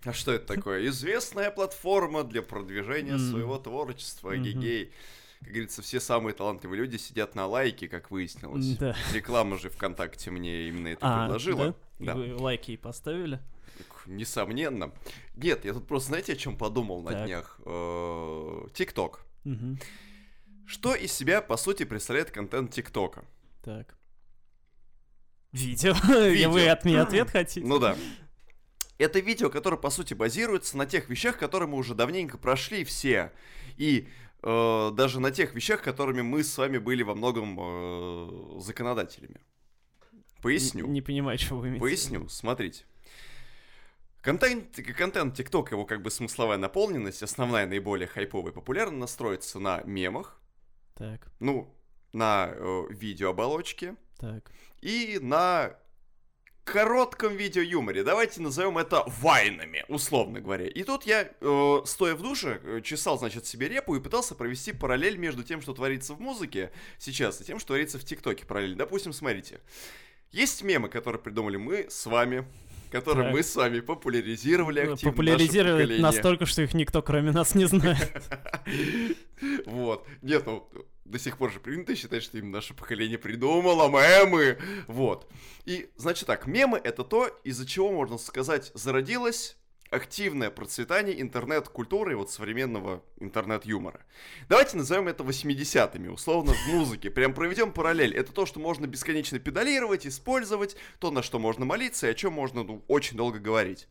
А что это такое? Известная платформа для продвижения своего творчества, гей-гей. Как говорится, все самые талантливые люди сидят на лайке, как выяснилось. Да. Реклама же ВКонтакте мне именно это предложила. Да? Вы лайки и поставили? Несомненно. Нет, я тут просто, знаете, о чем подумал на днях? ТикТок. Что из себя, по сути, представляет контент ТикТока? Так. Видео. Вы от меня ответ хотите? Ну да. Это видео, которое, по сути, базируется на тех вещах, которые мы уже давненько прошли все. И даже на тех вещах, которыми мы с вами были во многом законодателями. Поясню. Не понимаю, что вы имеете. Поясню, смотрите. Контент TikTok, его как бы смысловая наполненность, основная, наиболее хайповая и популярная, настроится на мемах. Так. Ну, на видеооболочке. Так. И на коротком видеоюморе. Давайте назовем это вайнами, условно говоря. И тут я, стоя в душе, чесал, значит, себе репу и пытался провести параллель между тем, что творится в музыке сейчас, и тем, что творится в ТикТоке параллельно. Допустим, смотрите. Есть мемы, которые придумали мы с вами, которые мы с вами популяризировали активно. Популяризировали настолько, что их никто, кроме нас, не знает. Вот. Нет, ну, до сих пор же принято считать, что именно наше поколение придумало мемы. Вот. И, значит так, мемы — это то, из-за чего, можно сказать, зародилось активное процветание интернет-культуры и вот современного интернет-юмора. Давайте назовем это 80-ми, условно, в музыке. Прям проведем параллель. Это то, что можно бесконечно педалировать, использовать, то, на что можно молиться и о чем можно, ну, очень долго говорить.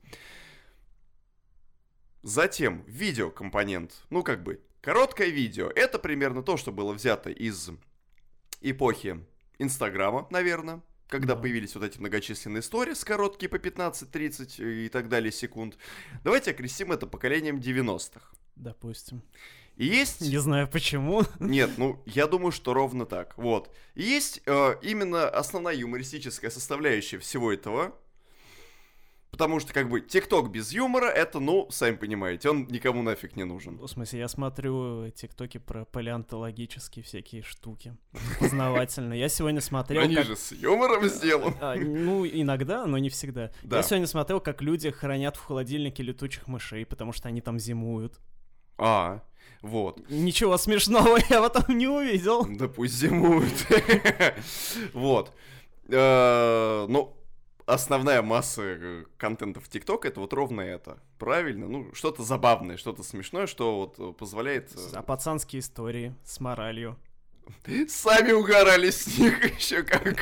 Затем видеокомпонент. Ну, как бы, короткое видео. Это примерно то, что было взято из эпохи Инстаграма, наверное. Когда появились вот эти многочисленные сторис, короткие по 15-30 и так далее секунд. Давайте окрестим это поколением 90-х. Допустим. И есть... Не знаю почему. Нет, ну, я думаю, что ровно так. Вот. И есть именно основная юмористическая составляющая всего этого. Потому что, как бы, ТикТок без юмора, это, ну, сами понимаете, он никому нафиг не нужен. В смысле, я смотрю ТикТоки про палеонтологические всякие штуки. Познавательно. Я сегодня смотрел... Они же с юмором сделаны. Ну, иногда, но не всегда. Да. Я сегодня смотрел, как люди хранят в холодильнике летучих мышей, потому что они там зимуют. Вот. Ничего смешного я в этом не увидел. Да пусть зимуют. Вот. Ну... Основная масса контента в ТикТок — это вот ровно это. Правильно? Ну, что-то забавное, что-то смешное, что вот позволяет... А пацанские истории с моралью. Сами угорали с них еще как.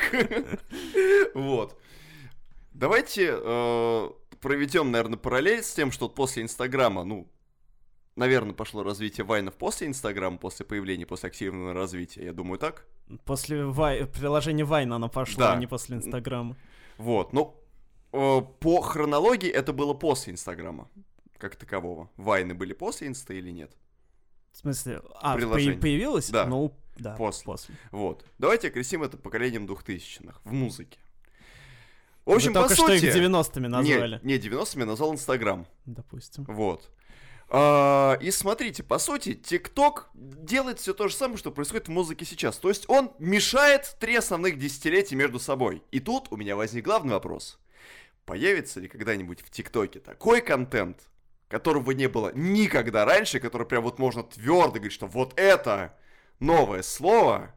Вот. Давайте проведем, наверное, параллель с тем, что после Инстаграма, ну, наверное, пошло развитие вайнов после Инстаграма, после появления, после активного развития. Я думаю, так? После приложения Вайн оно пошло, а не после Инстаграма. Вот, ну, по хронологии это было после Инстаграма, как такового. Вайны были после Инста или нет? В смысле? Появилось? Да. Ну, да, после. Вот. Давайте окрестим это поколением 2000-х в музыке. В общем, вы по только сути... что их 90-ми назвали. Не 90-ми назвал Инстаграм. Допустим. Вот. И смотрите, по сути, ТикТок делает все то же самое, что происходит в музыке сейчас. То есть он мешает 3 основных десятилетия между собой. И тут у меня возник главный вопрос. Появится ли когда-нибудь в ТикТоке такой контент, которого не было никогда раньше, который прям вот можно твердо говорить, что вот это новое слово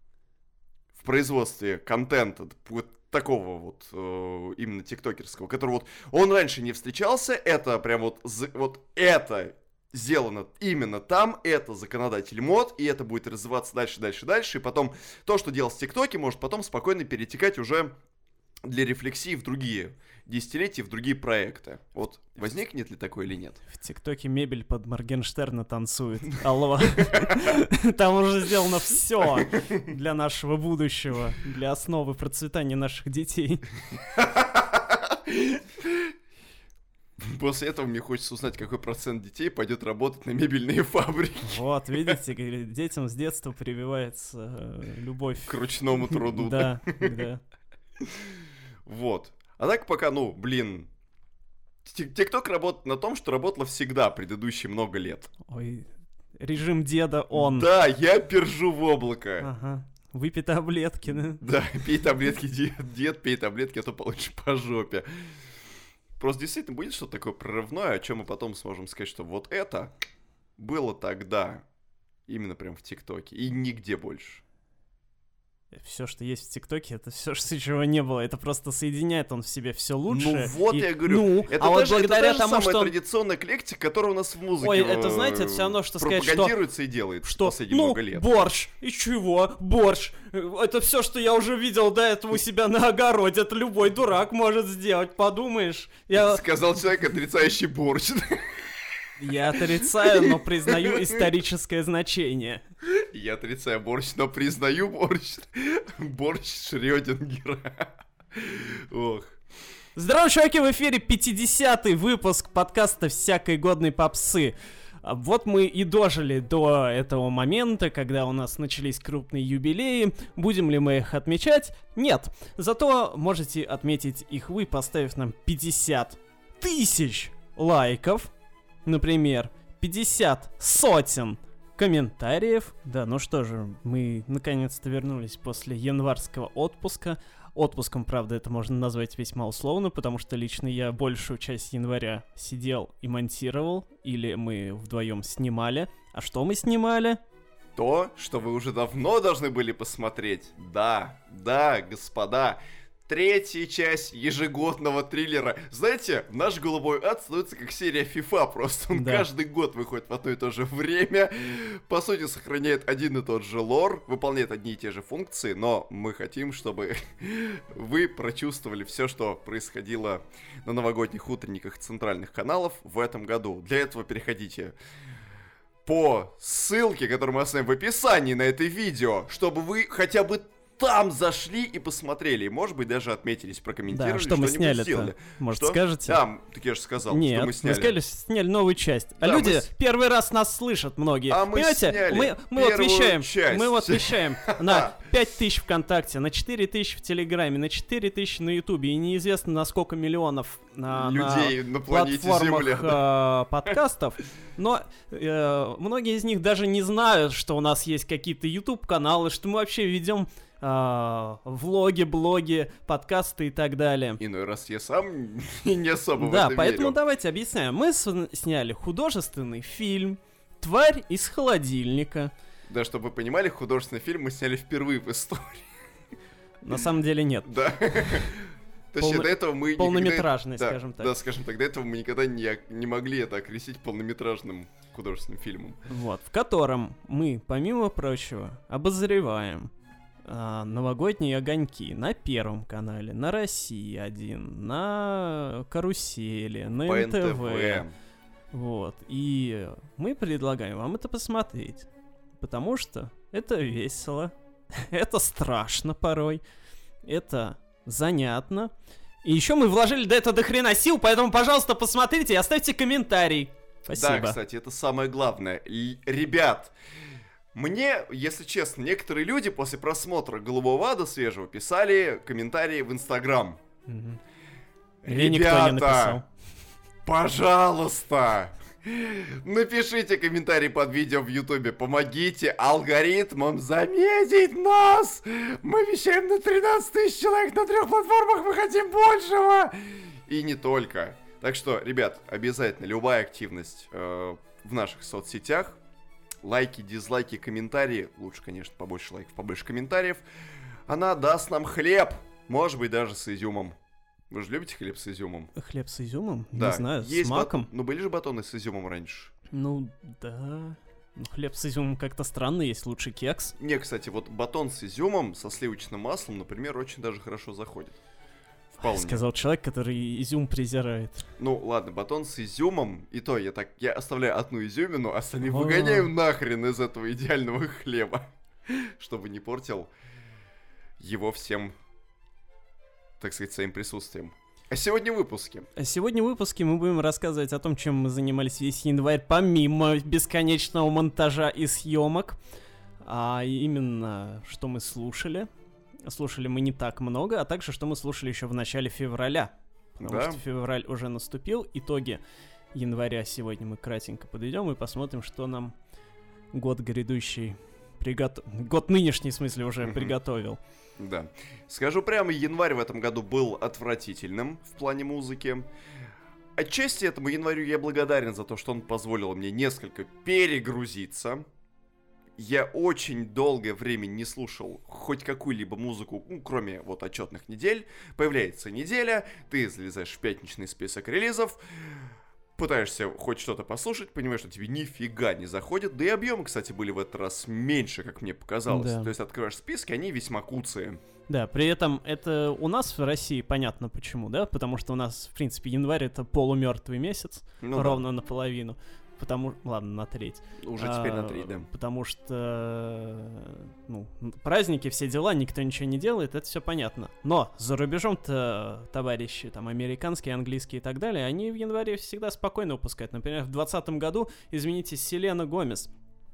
в производстве контента, вот такого вот именно тиктокерского, который вот он раньше не встречался, это прям вот это сделано именно там, это законодатель мод, и это будет развиваться дальше, и потом то, что делал в ТикТоке, может потом спокойно перетекать уже для рефлексии в другие десятилетия, в другие проекты. Вот возникнет ли такое или нет? В ТикТоке мебель под Моргенштерна танцует. Алло. Там уже сделано все для нашего будущего, для основы процветания наших детей. После этого мне хочется узнать, какой процент детей пойдет работать на мебельные фабрики. Вот, видите, детям с детства прививается любовь к ручному труду. Да. Вот. А так пока, ТикТок работает на том, что работало всегда предыдущие много лет. Ой, режим деда он. Да, я пержу в облако. Ага. Выпей таблетки, да? Да, пей таблетки, дед, пей таблетки, а то получишь по жопе. Просто действительно будет что-то такое прорывное, о чем мы потом сможем сказать, что вот это было тогда, именно прям в ТикТоке, и нигде больше. Все, что есть в ТикТоке, это все, чего не было. Это просто соединяет он в себе все лучшее. Ну вот я говорю, это вот даже, благодаря это тому, самая что традиционная эклектика, которая у нас в музыке Ой, это, знаете, это все равно, что сказать, что... пропагандируется и делает что, последние много лет. борщ, и чего? Борщ. Это все, что я уже видел до этого у себя на огороде. Это любой дурак может сделать, подумаешь. Сказал человек, отрицающий борщ. Я отрицаю, но признаю историческое значение. Я отрицаю борщ, но признаю борщ. Борщ Шрёдингера. Ох. Здорово, чуваки, в эфире 50-й выпуск подкаста «Всякой годной попсы». Вот мы и дожили до этого момента, когда у нас начались крупные юбилеи. Будем ли мы их отмечать? Нет. Зато можете отметить их вы, поставив нам 50 тысяч лайков, например, 50 сотен комментариев. Да, ну что же, мы наконец-то вернулись после январского отпуска. Отпуском, правда, это можно назвать весьма условно, потому что лично я большую часть января сидел и монтировал, или мы вдвоем снимали. А что мы снимали? То, что вы уже давно должны были посмотреть. Да, господа. Третья часть ежегодного триллера. Знаете, наш «Голубой ад» становится как серия FIFA просто. Он каждый год выходит в одно и то же время. По сути, сохраняет один и тот же лор, выполняет одни и те же функции, но мы хотим, чтобы вы прочувствовали все, что происходило на новогодних утренниках центральных каналов в этом году. Для этого переходите по ссылке, которую мы оставим в описании на это видео, чтобы вы хотя бы там зашли и посмотрели, и, может быть, даже отметились, прокомментировали, да, что мы сняли-то? сделали. Может, что? скажете? Да, так я же сказал, нет, что мы сняли. Нет, мы сняли новую часть. А да, люди первый раз нас слышат, многие. А мы понимаете, сняли мы вот вещаем, часть. мы вот вещаем на 5000 ВКонтакте, на 4000 в Телеграме, на 4000 на Ютубе, и неизвестно на сколько миллионов людей на планете платформах Земля, подкастов. Но многие из них даже не знают, что у нас есть какие-то YouTube-каналы, что мы вообще ведем влоги, блоги, подкасты и так далее. Иной раз я сам не особо в да, это поэтому верю. давайте объясняем. Мы сняли художественный фильм «Тварь из холодильника». Да, чтобы вы понимали, художественный фильм мы сняли впервые в истории. На самом деле нет. Да. Точнее, до этого мы полнометражный, скажем так. Да, скажем так, до этого мы никогда не могли это окрестить полнометражным художественным фильмом. Вот, в котором мы, помимо прочего, обозреваем новогодние огоньки на Первом канале, на России 1, на Карусели, на по НТВ. Вот, и мы предлагаем вам это посмотреть, потому что это весело, это страшно порой, это занятно. И еще мы вложили до этого до хрена сил, поэтому, пожалуйста, посмотрите и оставьте комментарий. Спасибо. Да, кстати, это самое главное. Ребят, мне, если честно, некоторые люди после просмотра «Голубого ада» свежего писали комментарии в Инстаграм. Ребята, пожалуйста, напишите комментарий под видео в Ютубе. Помогите алгоритмам заметить нас. Мы вещаем на 13 тысяч человек на 3 платформах. Мы хотим большего. И не только. Так что, ребят, обязательно любая активность в наших соцсетях. Лайки, дизлайки, комментарии. Лучше, конечно, побольше лайков, побольше комментариев. Она даст нам хлеб. Может быть, даже с изюмом. Вы же любите хлеб с изюмом? Хлеб с изюмом? Да. Не знаю, есть с маком. Ну, были же батоны с изюмом раньше. Ну, да. Ну, хлеб с изюмом как-то странно, есть лучше кекс. Не, кстати, вот батон с изюмом, со сливочным маслом, например, очень даже хорошо заходит. Вполне. Сказал человек, который изюм презирает. Ну, ладно, батон с изюмом, и то я оставляю одну изюмину, а остальные выгоняю нахрен из этого идеального хлеба, чтобы не портил его всем, так сказать, своим присутствием. А сегодня в выпуске? Сегодня в выпуске мы будем рассказывать о том, чем мы занимались весь январь, помимо бесконечного монтажа и съемок. А именно, что мы слушали. Слушали мы не так много, а также, что мы слушали еще в начале февраля. Потому что февраль уже наступил. Итоги января сегодня мы кратенько подойдем и посмотрим, что нам год грядущий год нынешний, в смысле, уже приготовил. Да. Скажу прямо, январь в этом году был отвратительным в плане музыки. Отчасти этому январю я благодарен за то, что он позволил мне несколько перегрузиться. Я очень долгое время не слушал хоть какую-либо музыку, кроме вот отчетных недель. Появляется неделя, ты залезаешь в пятничный список релизов, пытаешься хоть что-то послушать, понимаешь, что тебе нифига не заходит. Да и объемы, кстати, были в этот раз меньше, как мне показалось. Да. То есть открываешь списки, они весьма куцые. Да, при этом это у нас в России понятно почему, да? Потому что у нас, в принципе, январь — это полумертвый месяц, ровно наполовину. Ладно, на треть. Уже теперь на треть, да. Потому что, праздники, все дела, никто ничего не делает, это все понятно. Но за рубежом-то товарищи, там, американские, английские и так далее, они в январе всегда спокойно выпускают. Например, в 2020 году, извините, Селена Гомес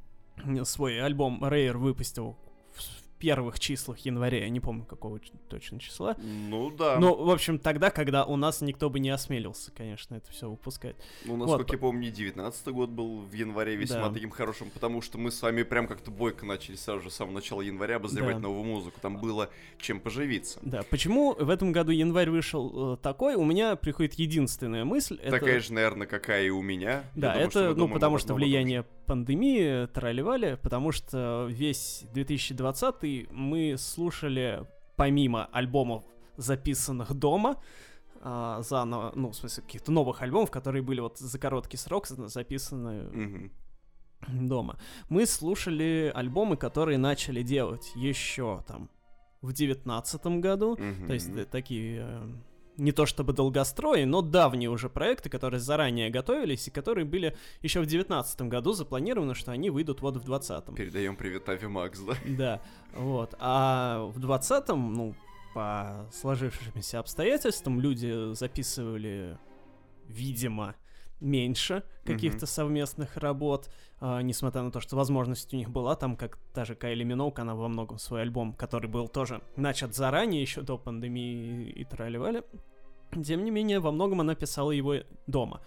свой альбом Rare выпустил в первых числах января, я не помню, какого точно числа. Ну да. Ну, в общем, тогда, когда у нас никто бы не осмелился, конечно, это все выпускать. Ну, насколько я помню, 19-й год был в январе весьма таким хорошим, потому что мы с вами прям как-то бойко начали сразу же с самого начала января обозревать новую музыку. Там было чем поживиться. Да, почему в этом году январь вышел такой? У меня приходит единственная мысль. Такая же, наверное, какая и у меня. Да, потому что влияние пандемии тролливали, потому что весь 2020 мы слушали, помимо альбомов, записанных дома, заново, в смысле, каких-то новых альбомов, которые были вот за короткий срок записаны дома. Мы слушали альбомы, которые начали делать еще там в 19-м году, то есть такие... не то чтобы долгострои, но давние уже проекты, которые заранее готовились и которые были еще в 19 году запланированы, что они выйдут вот в 20-м. Передаем привет Ави Макс, да? Да, вот. А в 20-м, по сложившимся обстоятельствам, люди записывали, видимо, меньше каких-то совместных работ, несмотря на то, что возможность у них была, там, как та же Кайли Миноуг, она во многом свой альбом, который был тоже начат заранее, еще до пандемии и тролливали, тем не менее, во многом она писала его дома.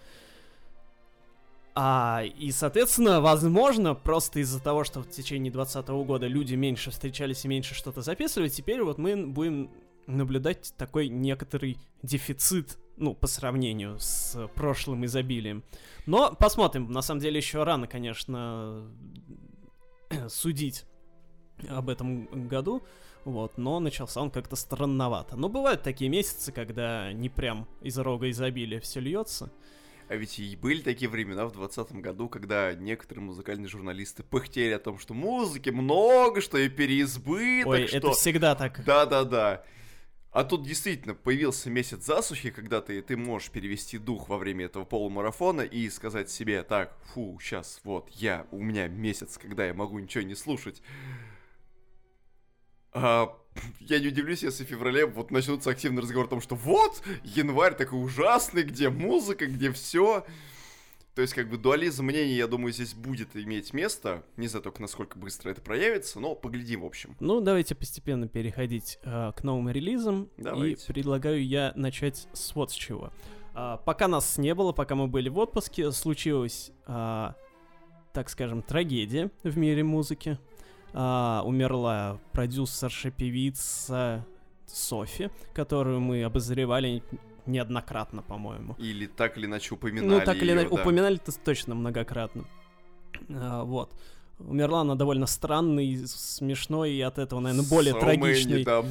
И, соответственно, возможно, просто из-за того, что в течение 2020 года люди меньше встречались и меньше что-то записывали, теперь вот мы будем наблюдать такой некоторый дефицит, по сравнению с прошлым изобилием. Но посмотрим, на самом деле еще рано, конечно, судить об этом году, но начался он как-то странновато. Но бывают такие месяцы, когда не прям из рога изобилия все льется. А ведь и были такие времена в 2020 году, когда некоторые музыкальные журналисты пыхтели о том, что музыки много, что и переизбыток. Ой, это всегда так. Да-да-да. А тут действительно появился месяц засухи, когда ты можешь перевести дух во время этого полумарафона и сказать себе: так, сейчас вот у меня месяц, когда я могу ничего не слушать. Я не удивлюсь, если в феврале вот начнутся активный разговор о том, что вот, январь такой ужасный, где музыка, где все. То есть, дуализм мнений, я думаю, здесь будет иметь место. Не знаю только, насколько быстро это проявится, но поглядим, в общем. Давайте постепенно переходить к новым релизам. Давайте. И предлагаю я начать с вот с чего. Пока нас не было, пока мы были в отпуске, случилась, так скажем, трагедия в мире музыки. Умерла продюсерша, певица Софи, которую мы обозревали неоднократно, по-моему. Или так или иначе упоминали её, упоминали-то точно многократно. Умерла она довольно странной, смешной и от этого, наверное, более трагичной. Да.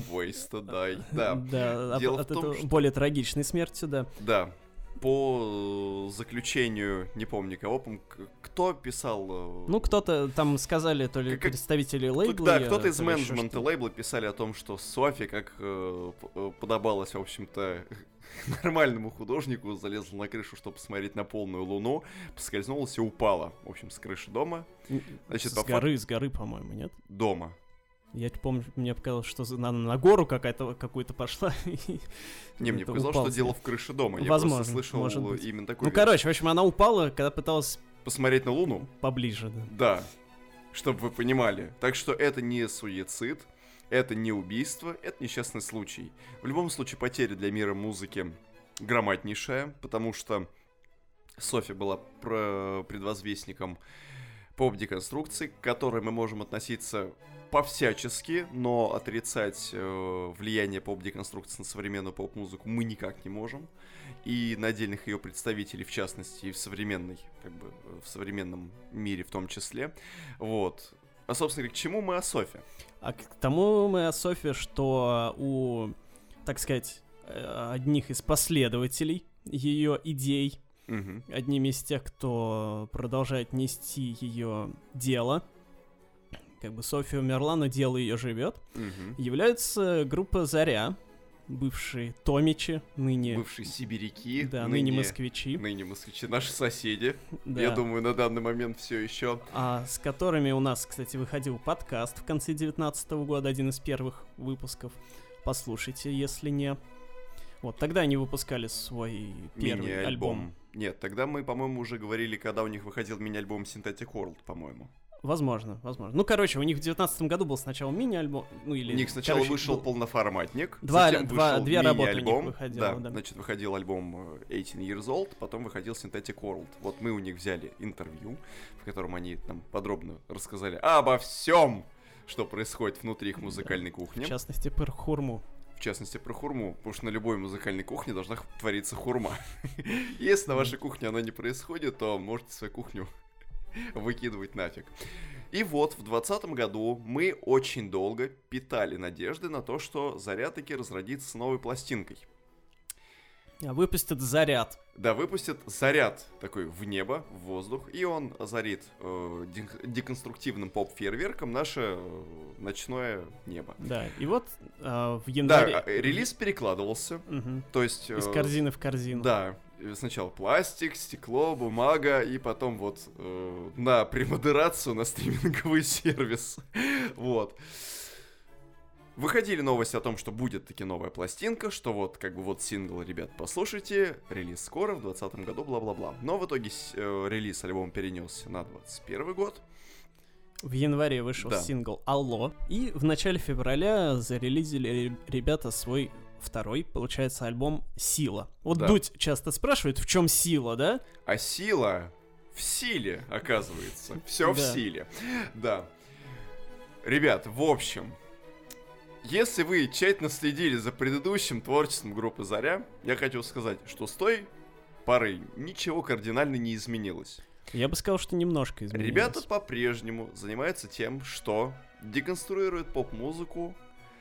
Да, от этого более трагичной смертью, да. Да. По заключению, не помню кого, кто писал... кто-то там сказали, то ли представители лейбла... Да, кто-то из менеджмента лейбла писали о том, что Софи, как подобалось, в общем-то, нормальному художнику, залезла на крышу, чтобы посмотреть на полную луну, поскользнулась и упала, в общем, с крыши дома. Значит, с горы, по-моему, нет? Дома. Я помню, мне показалось, что она на гору какую-то пошла. Мне показалось, что дело в крыше дома. Возможно, я просто слышал именно такой. В общем, она упала, когда пыталась... посмотреть на Луну? Поближе, да. Да, чтобы вы понимали. Так что это не суицид, это не убийство, это несчастный случай. В любом случае, потеря для мира музыки громаднейшая, потому что Софи была предвозвестником поп-деконструкции, к которой мы можем относиться по-всячески, но отрицать влияние поп-деконструкции на современную поп-музыку мы никак не можем. И на отдельных ее представителей, в частности, и в современной, в современном мире в том числе. Вот. А, собственно, к чему мы о Софи? А к тому мы о Софи, что у, так сказать, одних из последователей ее идей, одними из тех, кто продолжает нести ее дело, Софи умерла, но дело ее живет, является группа «Заря», бывшие томичи, ныне... Бывшие сибиряки. Да, ныне москвичи. Ныне москвичи, наши соседи. Да. Я думаю, на данный момент все еще. С которыми у нас, кстати, выходил подкаст в конце 2019 года, один из первых выпусков. Послушайте, если не... Вот, тогда они выпускали свой первый альбом. Нет, тогда мы, по-моему, уже говорили, когда у них выходил мини-альбом Synthetic World, по-моему. Возможно. Ну, короче, у них в 2019 году был сначала мини-альбом, ну или... У них сначала вышел полноформатник, затем вышел две работы у них выходило, да. Значит, выходил альбом 18 Years Old, потом выходил Synthetic World. Вот мы у них взяли интервью, в котором они нам подробно рассказали обо всем, что происходит внутри их музыкальной кухни. В частности, про хурму. В частности, про хурму, потому что на любой музыкальной кухне должна твориться хурма. Если на вашей кухне она не происходит, то можете свою кухню выкидывать нафиг. И вот в 2020 году мы очень долго питали надежды на то, что Заря таки разродится с новой пластинкой. Выпустят заряд. Да, выпустят заряд такой в небо, в воздух, и он озарит деконструктивным поп-фейерверком наше ночное небо. Да, и вот в январе... Да, релиз перекладывался, то есть... Из корзины в корзину. Да, сначала пластик, стекло, бумага, и потом вот на премодерацию, на стриминговый сервис. Вот. Выходили новости о том, что будет таки новая пластинка, что вот вот сингл, ребят, послушайте, релиз скоро, в 2020 году, бла-бла-бла. Но в итоге релиз альбома перенесся на 2021 год. В январе вышел сингл «Алло», и в начале февраля зарелизили ребята свой второй, получается, альбом «Сила». Вот да. Дудь часто спрашивает, в чем сила, да? А сила в силе, оказывается. Все в силе. Да. Ребят, в общем... Если вы тщательно следили за предыдущим творчеством группы «Заря», я хочу сказать, что с той поры ничего кардинально не изменилось. Я бы сказал, что немножко изменилось. Ребята по-прежнему занимаются тем, что деконструируют поп-музыку,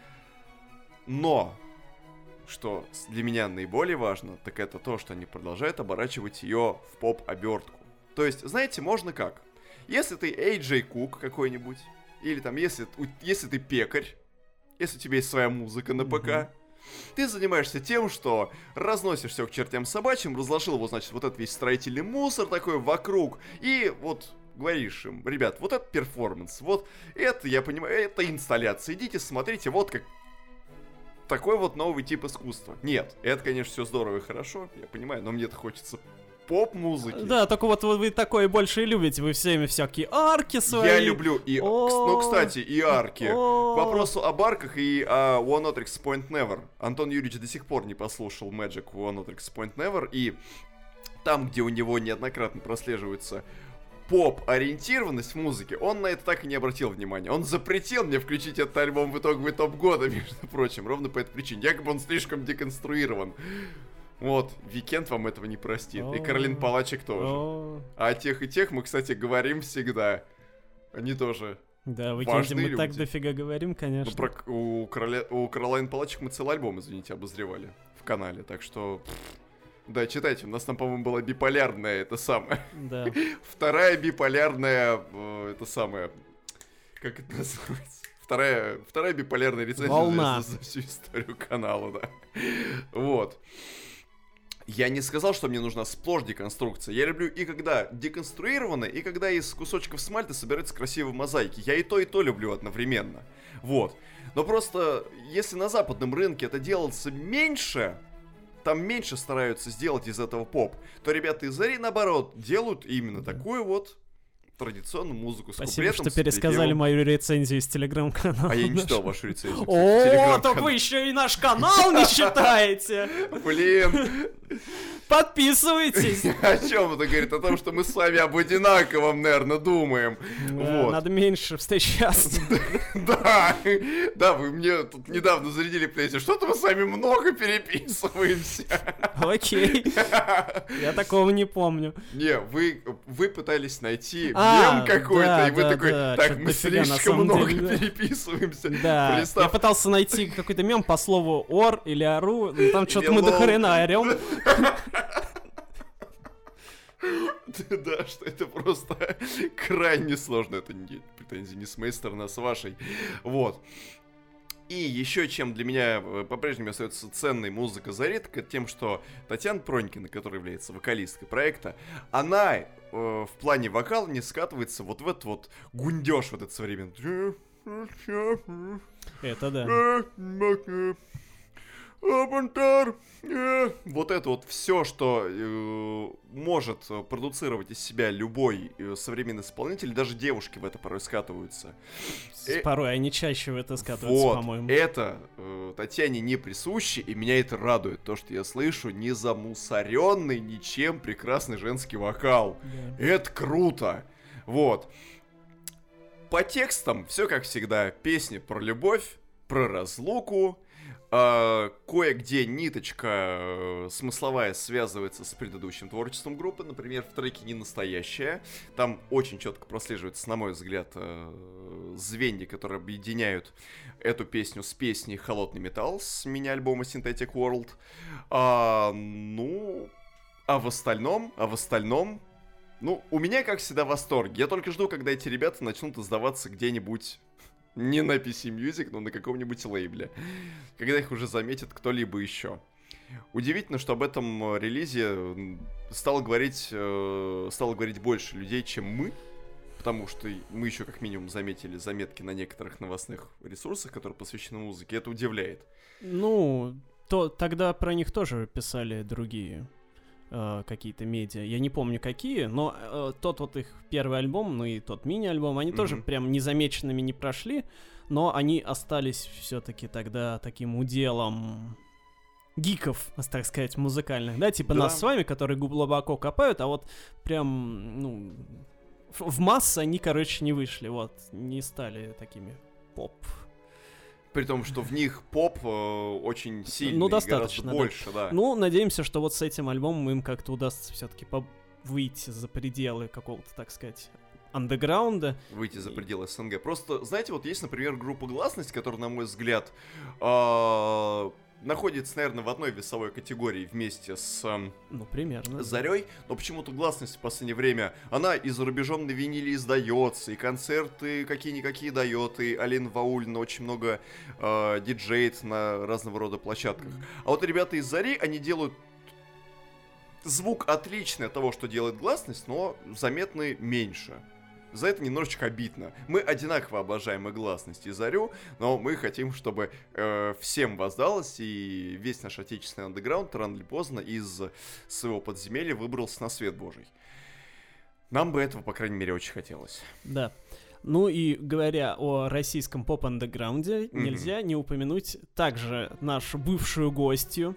но, что для меня наиболее важно, так это то, что они продолжают оборачивать ее в поп-обертку. То есть, знаете, можно как? Если ты AJ Cook какой-нибудь, или там, если ты пекарь, если у тебя есть своя музыка на ПК, ты занимаешься тем, что разносишь все к чертям собачьим, разложил его, значит, вот этот весь строительный мусор такой вокруг, и вот говоришь им, ребят, вот это перформанс, вот это, я понимаю, это инсталляция, идите смотрите, вот как такой вот новый тип искусства. Нет, это, конечно, все здорово и хорошо, я понимаю, но мне-то хочется поп-музыки. Да, только вот вы такое больше любите, вы всеми всякие арки свои. Я люблю и... Ну, кстати, и арки. К вопросу об арках и о One Otrix Point Never. Антон Юрьевич до сих пор не послушал Magic One Otrix Point Never, и там, где у него неоднократно прослеживается поп-ориентированность в музыке, он на это так и не обратил внимания. Он запретил мне включить этот альбом в итоговый топ года, между прочим, ровно по этой причине. Якобы он слишком деконструирован. Вот, Викенд вам этого не простит. И Каролин Палачек тоже. А о тех и тех мы, кстати, говорим всегда. Они тоже да, в Викенде мы люди. Так дофига говорим, конечно. У Каролин Палачек мы целый альбом, извините, обозревали в канале. Так что... Да, читайте, у нас там, по-моему, была биполярная, это самое. Да. Вторая биполярная, это самое... Как это называется? Вторая биполярная рецензия за всю историю канала, да. Вот. Я не сказал, что мне нужна сплошь деконструкция. Я люблю и когда деконструировано, и когда из кусочков смальты собираются красивые мозаики. Я и то люблю одновременно. Вот. Но просто, если на западном рынке это делается меньше, там меньше стараются сделать из этого поп, то ребята из Зари, наоборот, делают именно такую вот традиционную музыку с спасибо, куплетом. Что пересказали мою рецензию из телеграм-канала. А я не читал вашу рецензию. О, так вы еще и наш канал не читаете! Блин. Подписывайтесь. О чем это говорит? О том, что мы с вами об одинаковом, наверное, думаем. Вот. Надо меньше встречаться. Да, вы мне тут недавно зарядили плейси. Что-то мы с вами много переписываемся. Окей. Я такого не помню. Не, вы пытались найти мем какой-то, и вы такой, так, мы слишком много переписываемся. Да, я пытался найти какой-то мем по слову ор или ору, но там что-то мы до хрена орем. Да, что это просто крайне сложно. Это не претензии не с моей стороны, а с вашей. Вот. И еще чем для меня по-прежнему остается ценной музыка Зари, так это тем, что Татьяна Пронькина, которая является вокалисткой проекта, она в плане вокала не скатывается вот в этот вот гундеж, вот этот современный. Это да. Вот это вот все, что может продуцировать из себя любой современный исполнитель, даже девушки в это порой скатываются. Порой они чаще в это скатываются, вот, по-моему. Это Татьяне не присуще, и меня это радует, то, что я слышу незамусоренный ничем прекрасный женский вокал. Да. Это круто. Вот. По текстам все как всегда. Песни про любовь, про разлуку. Кое-где ниточка смысловая связывается с предыдущим творчеством группы, например, в треке «Не настоящая». Там очень четко прослеживается, на мой взгляд, звенья, которые объединяют эту песню с песней «Холодный металл» с мини-альбома Synthetic World. А в остальном, у меня, как всегда, восторг. Я только жду, когда эти ребята начнут издаваться где-нибудь... Не на PC Music, но на каком-нибудь лейбле. Когда их уже заметит кто-либо еще. Удивительно, что об этом релизе стало говорить больше людей, чем мы. Потому что мы еще как минимум заметили заметки на некоторых новостных ресурсах, которые посвящены музыке. Это удивляет. Ну, тогда про них тоже писали другие какие-то медиа. Я не помню какие, но тот вот их первый альбом, ну и тот мини-альбом, они тоже прям незамеченными не прошли, но они остались все-таки тогда таким уделом гиков, так сказать, музыкальных, да, типа нас с вами, которые глубоко копают, а вот прям, в массы они, короче, не вышли, вот, не стали такими поп. При том, что в них поп очень сильный, достаточно, гораздо больше, да. Ну, надеемся, что вот с этим альбомом им как-то удастся все-таки выйти за пределы какого-то, так сказать, андеграунда. Выйти за пределы СНГ. Просто, знаете, вот есть, например, группа «Гласность», которая, на мой взгляд, находится, наверное, в одной весовой категории вместе с примерно, Зарей, но почему-то «Гласность» в последнее время, она и за рубежом на виниле издается, и концерты какие-никакие дает, и Алина Ваульна очень много диджеет на разного рода площадках. А вот ребята из Зари, они делают звук отличный от того, что делает «Гласность», но заметный меньше. За это немножечко обидно. Мы одинаково обожаем и «Гласность», и Зарю, но мы хотим, чтобы всем воздалось, и весь наш отечественный андеграунд рано или поздно из своего подземелья выбрался на свет Божий. Нам бы этого, по крайней мере, очень хотелось. Да. Ну и говоря о российском поп-андеграунде, нельзя не упомянуть также нашу бывшую гостью,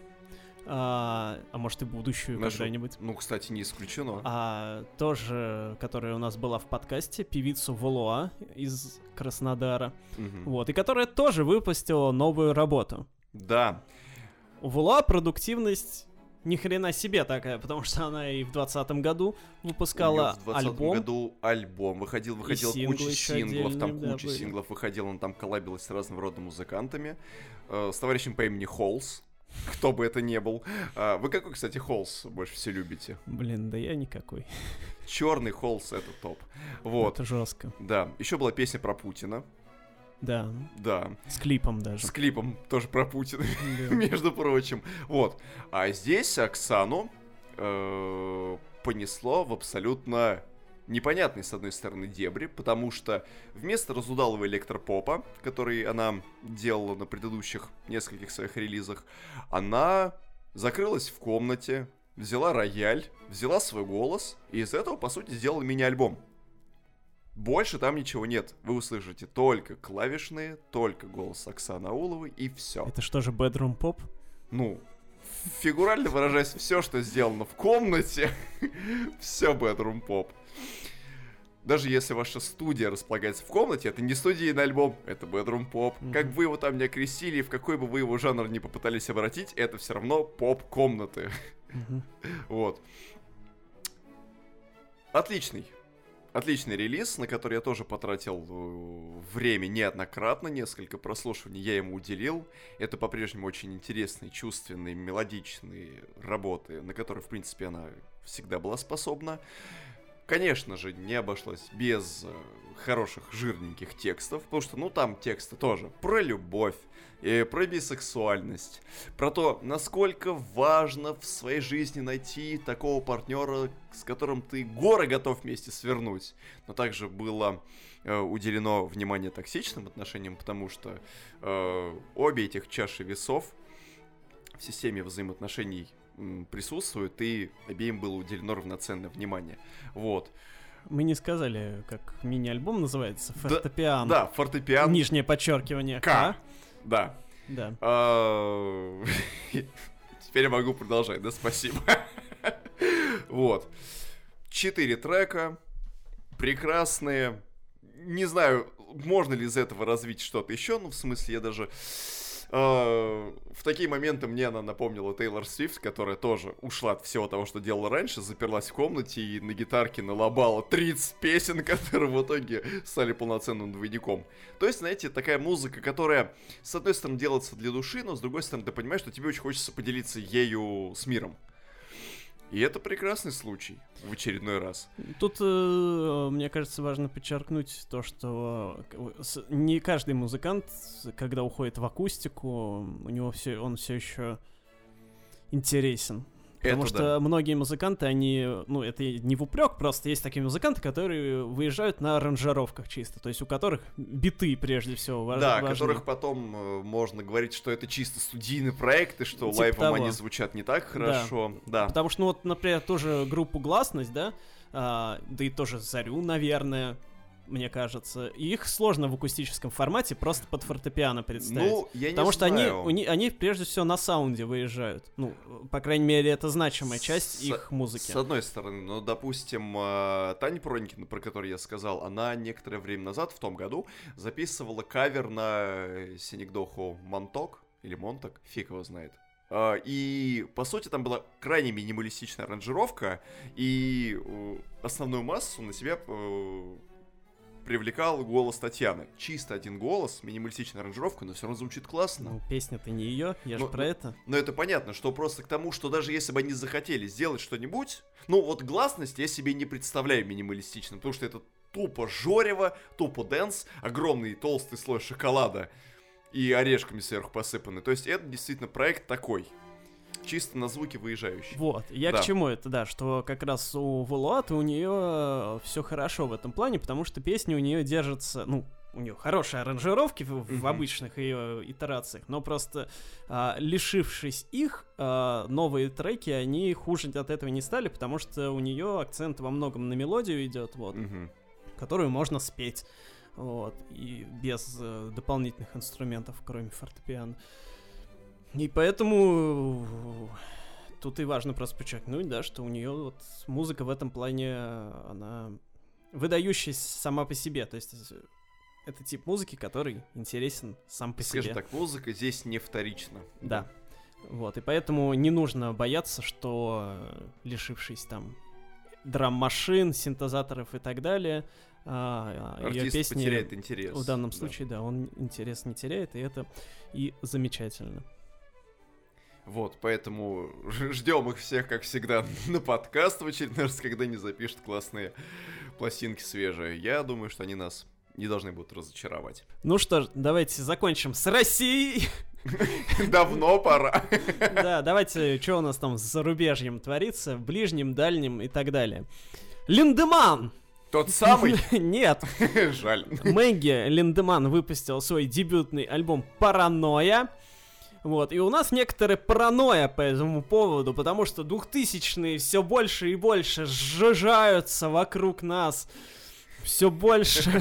а может и будущую когда-нибудь. Ну, кстати, не исключено. Тоже, которая у нас была в подкасте, певицу Волуа из Краснодара. Вот, и которая тоже выпустила новую работу. Да. У Волуа продуктивность ни хрена себе такая, потому что она и в 2020 году выпускала альбом. В 2020 году альбом. Выходила куча синглов, там куча синглов выходила, она там коллабилась с разного рода музыкантами. С товарищем по имени Холс. Кто бы это ни был. Вы какой, кстати, Холс больше всего любите? Блин, да я никакой. Черный Холс — это топ. Вот. Это жестко. Да. Еще была песня про Путина. Да. Да. С клипом даже. С клипом тоже про Путина, между прочим. Вот. А здесь Оксану понесло в абсолютно непонятные, с одной стороны, дебри, потому что вместо разудалого электропопа, который она делала на предыдущих нескольких своих релизах, она закрылась в комнате, взяла рояль, взяла свой голос, и из этого, по сути, сделала мини-альбом. Больше там ничего нет. Вы услышите только клавишные, только голос Оксаны Ауловой, и все. Это что же, bedroom pop? Ну, Фигурально выражаясь, все, что сделано в комнате, все bedroom pop. Даже если ваша студия располагается в комнате, это не студийный альбом, это bedroom pop. Как бы вы его там ни окрестили, в какой бы вы его жанр ни попытались обратить, это все равно поп-комнаты. Вот. Отличный релиз, на который я тоже потратил время неоднократно, несколько прослушиваний я ему уделил. Это по-прежнему очень интересные, чувственные, мелодичные работы, на которые, в принципе, она всегда была способна. Конечно же, не обошлось без хороших, жирненьких текстов, потому что, ну, там тексты тоже про любовь, про бисексуальность, про то, насколько важно в своей жизни найти такого партнера, с которым ты горы готов вместе свернуть. Но также было уделено внимание токсичным отношениям, потому что обе этих чаши весов в системе взаимоотношений присутствуют, и обеим было уделено равноценное внимание. Вот. Мы не сказали, как мини-альбом называется. Фортепиано. Да, фортепиано. Нижнее подчеркивание. К. Да. Да. Теперь я могу продолжать, да, спасибо. Вот. 4 трека. Прекрасные. Не знаю, можно ли из этого развить что-то еще, но в смысле я даже... В такие моменты мне она напомнила Тейлор Свифт, которая тоже ушла от всего того, что делала раньше, заперлась в комнате и на гитарке налобала 30 песен, которые в итоге стали полноценным двойником. То есть, знаете, такая музыка, которая, с одной стороны, делается для души, но с другой стороны, ты понимаешь, что тебе очень хочется поделиться ею с миром. И это прекрасный случай в очередной раз. Тут, мне кажется, важно подчеркнуть то, что не каждый музыкант, когда уходит в акустику, он все еще интересен. Потому что многие музыканты, они, ну, это не в упрек, просто есть такие музыканты, которые выезжают на аранжировках чисто, то есть у которых биты прежде всего важны. Да, которых потом можно говорить, что это чисто студийный проект, и что лайвом они звучат не так хорошо. Да. Потому что, ну вот, например, тоже группу «Гласность», да и тоже «Зарю», наверное, мне кажется. И их сложно в акустическом формате просто под фортепиано представить. Ну, я не Потому что знаю. они прежде всего на саунде выезжают. Ну, по крайней мере, это значимая часть их музыки. С одной стороны, ну, допустим, Таня Проникина, про которую я сказал, она некоторое время назад, в том году, записывала кавер на Синегдоху Монток, или Монток, фиг его знает. И, по сути, там была крайне минималистичная аранжировка, и основную массу на себя привлекал голос Татьяны. Чисто один голос, минималистичная аранжировка, но все равно звучит классно. Ну, песня-то не ее, я же про это. Но это понятно, что просто к тому, что даже если бы они захотели сделать что-нибудь, ну вот «Гласность» я себе не представляю минималистичным, потому что это тупо жорево, тупо дэнс, огромный толстый слой шоколада и орешками сверху посыпаны. То есть это действительно проект такой. Чисто на звуки выезжающий. Вот, я к чему это, да, что как раз у Валуаты у нее все хорошо в этом плане, потому что песни у нее держатся, ну, у нее хорошие аранжировки в обычных ее итерациях, но просто лишившись их, новые треки, они хуже от этого не стали, потому что у нее акцент во многом на мелодию идет, вот, которую можно спеть, вот, и без дополнительных инструментов, кроме фортепиано. И поэтому тут и важно просто подчеркнуть, да, что у нее вот музыка в этом плане, она выдающаяся сама по себе. То есть это тип музыки, который интересен сам по себе. Скажем так, музыка здесь не вторична. Да. Вот, и поэтому не нужно бояться, что, лишившись там драм-машин, синтезаторов и так далее, ее песни потеряет интерес. В данном случае, да, он интерес не теряет, и это и замечательно. Вот, поэтому ждем их всех, как всегда, на подкаст в очередной раз, когда они запишут классные пластинки свежие. Я думаю, что они нас не должны будут разочаровать. Ну что ж, давайте закончим с Россией. Давно пора. Да, давайте, что у нас там с зарубежьем творится, в ближнем, дальнем и так далее. Линдеманн! Тот самый? Нет. Жаль. Мэгги Линдеманн выпустил свой дебютный альбом «Паранойя». Вот, и у нас некоторая паранойя по этому поводу, потому что 2000-е все больше и больше сжижаются вокруг нас. Все больше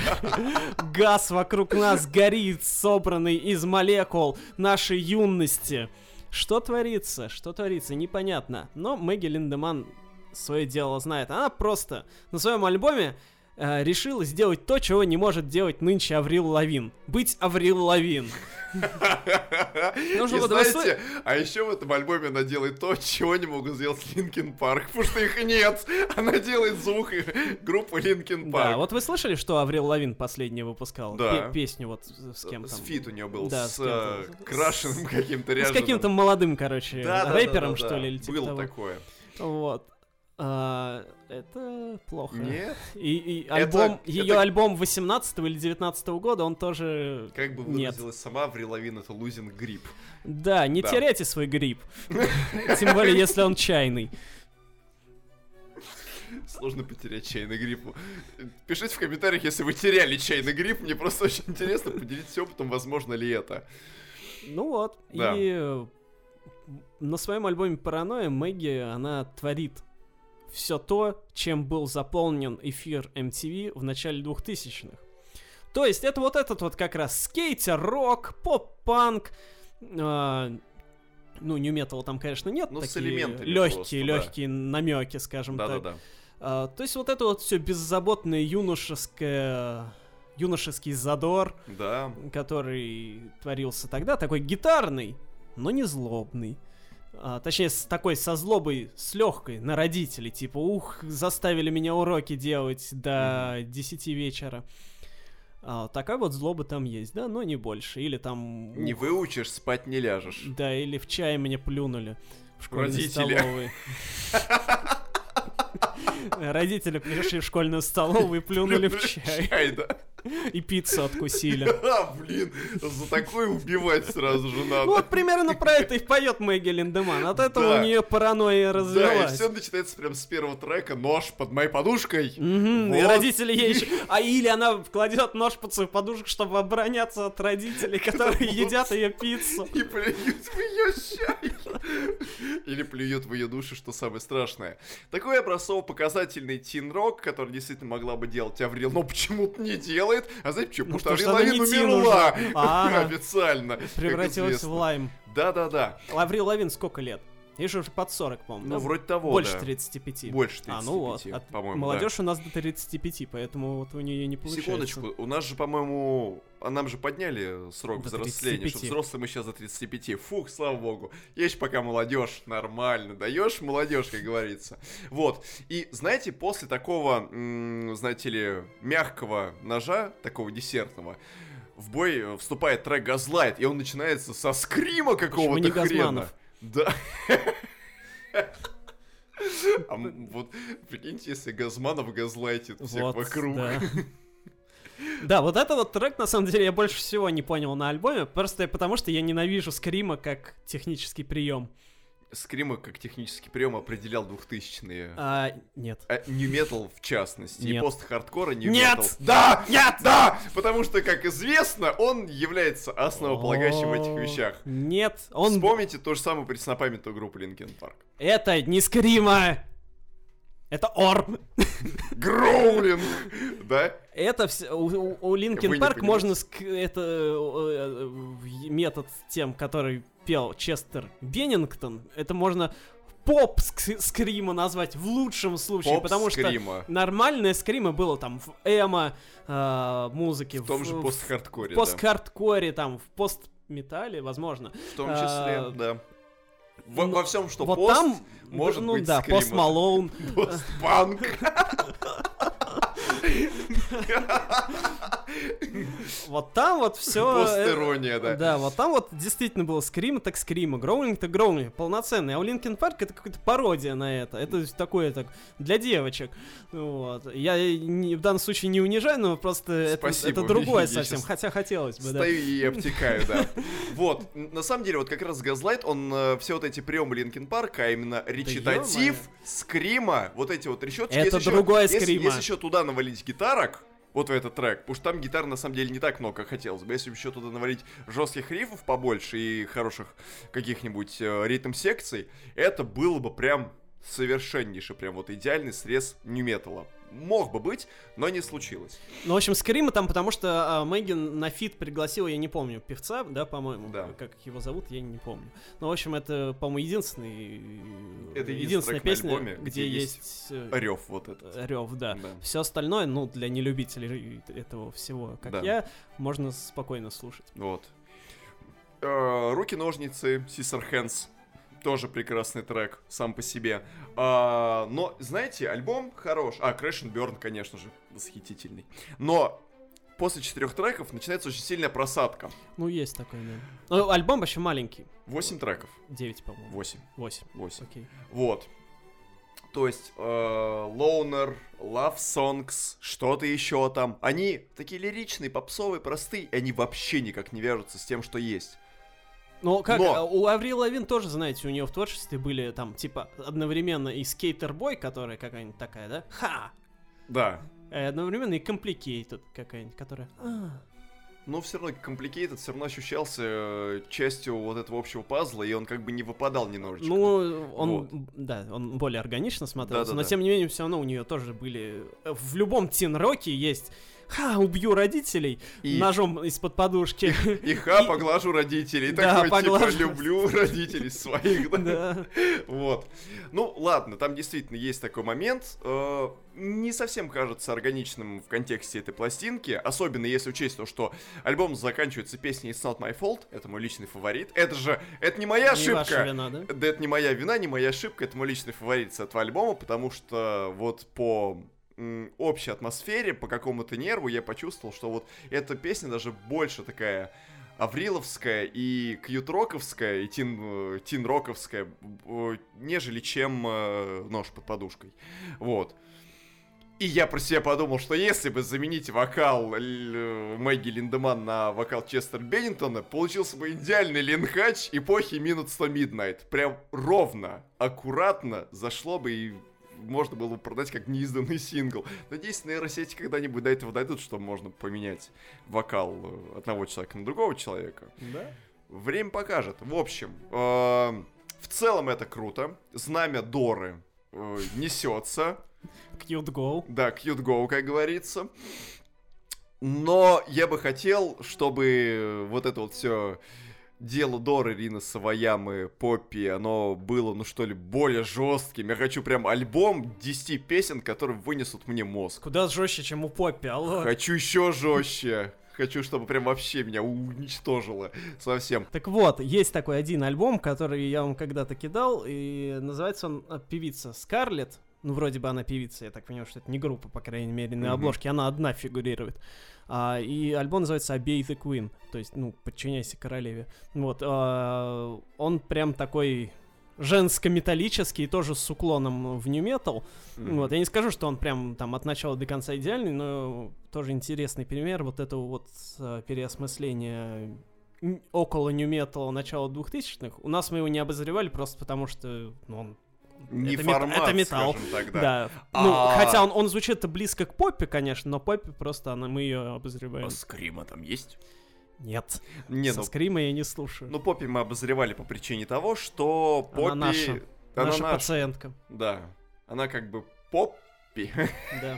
газ вокруг нас горит, собранный из молекул нашей юности. Что творится, непонятно. Но Мэгги Линдеманн свое дело знает. Она просто на своем альбоме решила сделать то, чего не может делать нынче Аврил Лавин. Быть Аврил Лавин. И знаете, а еще в этом альбоме она делает то, чего не могут сделать Линкин Парк, потому что их нет. Она делает звук группы Линкин Парк. Да, вот вы слышали, что Аврил Лавин последний выпускал? Да. Песню вот с кем там? С фит у него был, да, с крашеным каким-то ряженым. С каким-то молодым, короче, рэпером, что ли, или типа было того. такое. Вот. Это плохо. Нет. И альбом, ее альбом 18 или 19 года, он тоже... Как бы выразилась сама Аврил Лавин, это losing grip. Да, не теряйте свой грипп. Тем более, если он чайный. Сложно потерять чайный грипп. Пишите в комментариях, если вы теряли чайный грипп. Мне просто очень интересно поделиться опытом, возможно ли это. Ну вот. Да. И на своем альбоме «Паранойя» Мэгги, она творит все то, чем был заполнен эфир MTV в начале 2000-х. То есть это вот этот вот как раз скейтер, рок, поп-панк, ну, нью-металла там, конечно, нет, такие легкие намеки, скажем так. То есть вот это вот все беззаботное юношеский задор, который творился тогда, такой гитарный, но не злобный. Точнее, со злобой, с легкой на родителей, типа, заставили меня уроки делать до 10 вечера. Такая вот злоба там есть, да, но не больше. Или там... Не выучишь, спать не ляжешь. Да, или в чай мне плюнули в школьной столовой. Родители пришли в школьную столовую и плюнули в чай. Да. И пиццу откусили. Блин, за такое убивать сразу же надо. Ну вот примерно про это и поет Мэгги Линдеманн. От этого у нее паранойя развилась. Да, и все начинается прям с первого трека. Нож под моей подушкой. И родители ей еще... или она кладет нож под свою подушку, чтобы обороняться от родителей, которые едят ее пиццу. И плюют в ее чай. Или плюют в ее душу, что самое страшное. Такой образцово-показательный тин-рок, который действительно могла бы делать Аврил, но почему-то не делает. А знаете почему? Потому что Аврил Лавин умерла официально. Превратилась в лайм. Да. Аврил Лавин сколько лет? Ей же уже под 40, по-моему. Ну, вроде того, Больше 35. Больше 35, ну вот. по-моему, молодежь у нас до 35, поэтому вот у нее не получается. Секундочку, у нас же, по-моему, нам же подняли срок до взросления, что взрослые мы сейчас до 35. Фух, слава богу. Есть пока молодежь, нормально. Даешь молодежь, как говорится. Вот. И, знаете, после такого, знаете ли, мягкого ножа, такого десертного, в бой вступает трек «Газлайт», и он начинается со скрима какого-то хрена. Газманов. Да. А вот, прикиньте, если Газманов газлайтит всех вокруг. Да, вот это вот трек, на самом деле, я больше всего не понял на альбоме, просто потому что я ненавижу скрима как технический прием. Скрима как технический прием определял 2000-е. Нет. Нью-метал в частности. Нет. И пост-хардкора нью-метал. Нет! Да! Нет! Да! Потому что, как известно, он является основополагающим в этих вещах. Нет, Вспомните то же самое преснопамятную группу Линкин Парк. Это не скрима! Это ор! Гроулинг! Да? Это все... У Линкин Парк можно... Это метод тем, который пел Честер Беннингтон. Это можно поп-скрима назвать в лучшем случае, потому что нормальное скрима было там в эмо музыке. В том же пост-хардкоре, в пост-хардкоре, там, в пост-металле, возможно. В том числе, да. Во всем, что вот пост, там, может быть скрима. Пост Малоун. Пост-панк. Вот там вот все. Пост-ирония, да. Да, вот там вот действительно было скрима, так скрима, гроулинг, так гроулинг, полноценный. А у Линкин Парк это какая-то пародия на это. Это такое так для девочек. Вот. Я в данном случае не унижаю, но просто это другое совсем. Хотя хотелось бы, да. Стою и обтекаю, да. Вот. На самом деле, вот как раз Газлайт, он все вот эти приемы Линкин Парка, а именно речитатив, скрима, вот эти вот решетки. Это другое скрима. Если еще туда навалить гитарок, вот в этот трек, потому что там гитар на самом деле не так много, как хотелось бы. Если еще туда навалить жестких рифов побольше и хороших каких-нибудь ритм-секций, это было бы прям совершеннейший, прям вот идеальный срез нью-металла. мог бы быть, но не случилось. Ну, в общем, Скрима там, потому что Мэггин на фит пригласила, я не помню, певца, да, по-моему? Да. Как его зовут, я не помню. Ну, в общем, это, по-моему, единственная трек на песня, альбоме, где есть... Рев вот этот. Рев, да. Да. Все остальное, ну, для нелюбителей этого всего, как Да. я, можно спокойно слушать. Вот. Руки-ножницы, Scissor Hands. Тоже прекрасный трек сам по себе. Но, знаете, альбом хорош. Crash and Burn, конечно же, восхитительный. Но после 4 треков начинается очень сильная просадка. Ну, есть такой, да. Ну, альбом вообще маленький. 8 треков. 9, по-моему. 8. 8. Окей. Вот. То есть, Loner, Love Songs, что-то еще там. Они такие лиричные, попсовые, простые, и они вообще никак не вяжутся с тем, что есть. Ну, как, Но... у Аврил Лавин тоже, знаете, у нее в творчестве были там, типа, одновременно и Skater-Boy, которая какая-нибудь такая, да? Ха! Да. И одновременно и Complicated какая-нибудь, которая... Но все равно Complicated все равно ощущался частью вот этого общего пазла, и он как бы не выпадал немножечко. Ну, он, Вот. да, он более органично смотрелся, но Да-да-да. тем не менее, все равно у нее тоже были... В любом тин-роке есть убью родителей И- ножом из-под подушки. И поглажу родителей. И Да, такой, поглажу. типа, люблю родителей своих, да? Да. Вот. Ну, ладно, там действительно есть такой момент. Не совсем кажется органичным в контексте этой пластинки. Особенно если учесть то, что альбом заканчивается песней It's Not My Fault. Это мой личный фаворит. Это не моя Не ошибка. ваша вина, да? Да, это не моя вина, не моя ошибка. Это мой личный фаворит с этого альбома, потому что вот по общей атмосфере, по какому-то нерву я почувствовал, что вот эта песня даже больше такая авриловская и кьют-роковская, и тин-роковская, нежели чем нож под подушкой. Вот. И я про себя подумал, что если бы заменить вокал Мэгги Линдеман на вокал Честера Беннингтона, получился бы идеальный линхач эпохи Minutes to Midnight. Прям ровно, аккуратно зашло бы и можно было бы продать как неизданный сингл. Надеюсь, нейросети когда-нибудь до этого дойдут, что можно поменять вокал одного человека на другого человека. Да. Время покажет. В общем, в целом это круто. Знамя Доры несется. Cute Go. Да, cute go, как говорится. Но я бы хотел, чтобы вот это вот все дело Доры, Рина Саваямы, Поппи, оно было, ну что ли, более жестким. Я хочу прям альбом 10 песен, которые вынесут мне мозг. Куда жестче, чем у Поппи, алло. Хочу еще жестче. Хочу, чтобы прям вообще меня уничтожило совсем. Так вот, есть такой один альбом, который я вам когда-то кидал, и называется он «Певица Скарлетт». Ну, вроде бы она певица, я так понимаю, что это не группа, по крайней мере, на обложке, она одна фигурирует. И альбом называется «Obey the Queen», то есть, ну, «Подчиняйся королеве». Вот, он прям такой женско-металлический, тоже с уклоном в нью-метал. Вот, я не скажу, что он прям там от начала до конца идеальный, но тоже интересный пример вот этого вот переосмысления около нью-металла начала 2000-х. У нас мы его не обозревали просто потому, что он Не это формат, это металл. скажем так, да. Да. Ну, хотя он звучит близко к Поппи, конечно, но Поппи просто мы ее обозреваем. А Скрима там есть? Нет. Не, Со Скрима я не слушаю. Ну, Поппи мы обозревали по причине того, что Поппи... Она наша. Она Наша наша. пациентка. Да. Она как бы Поппи. Да.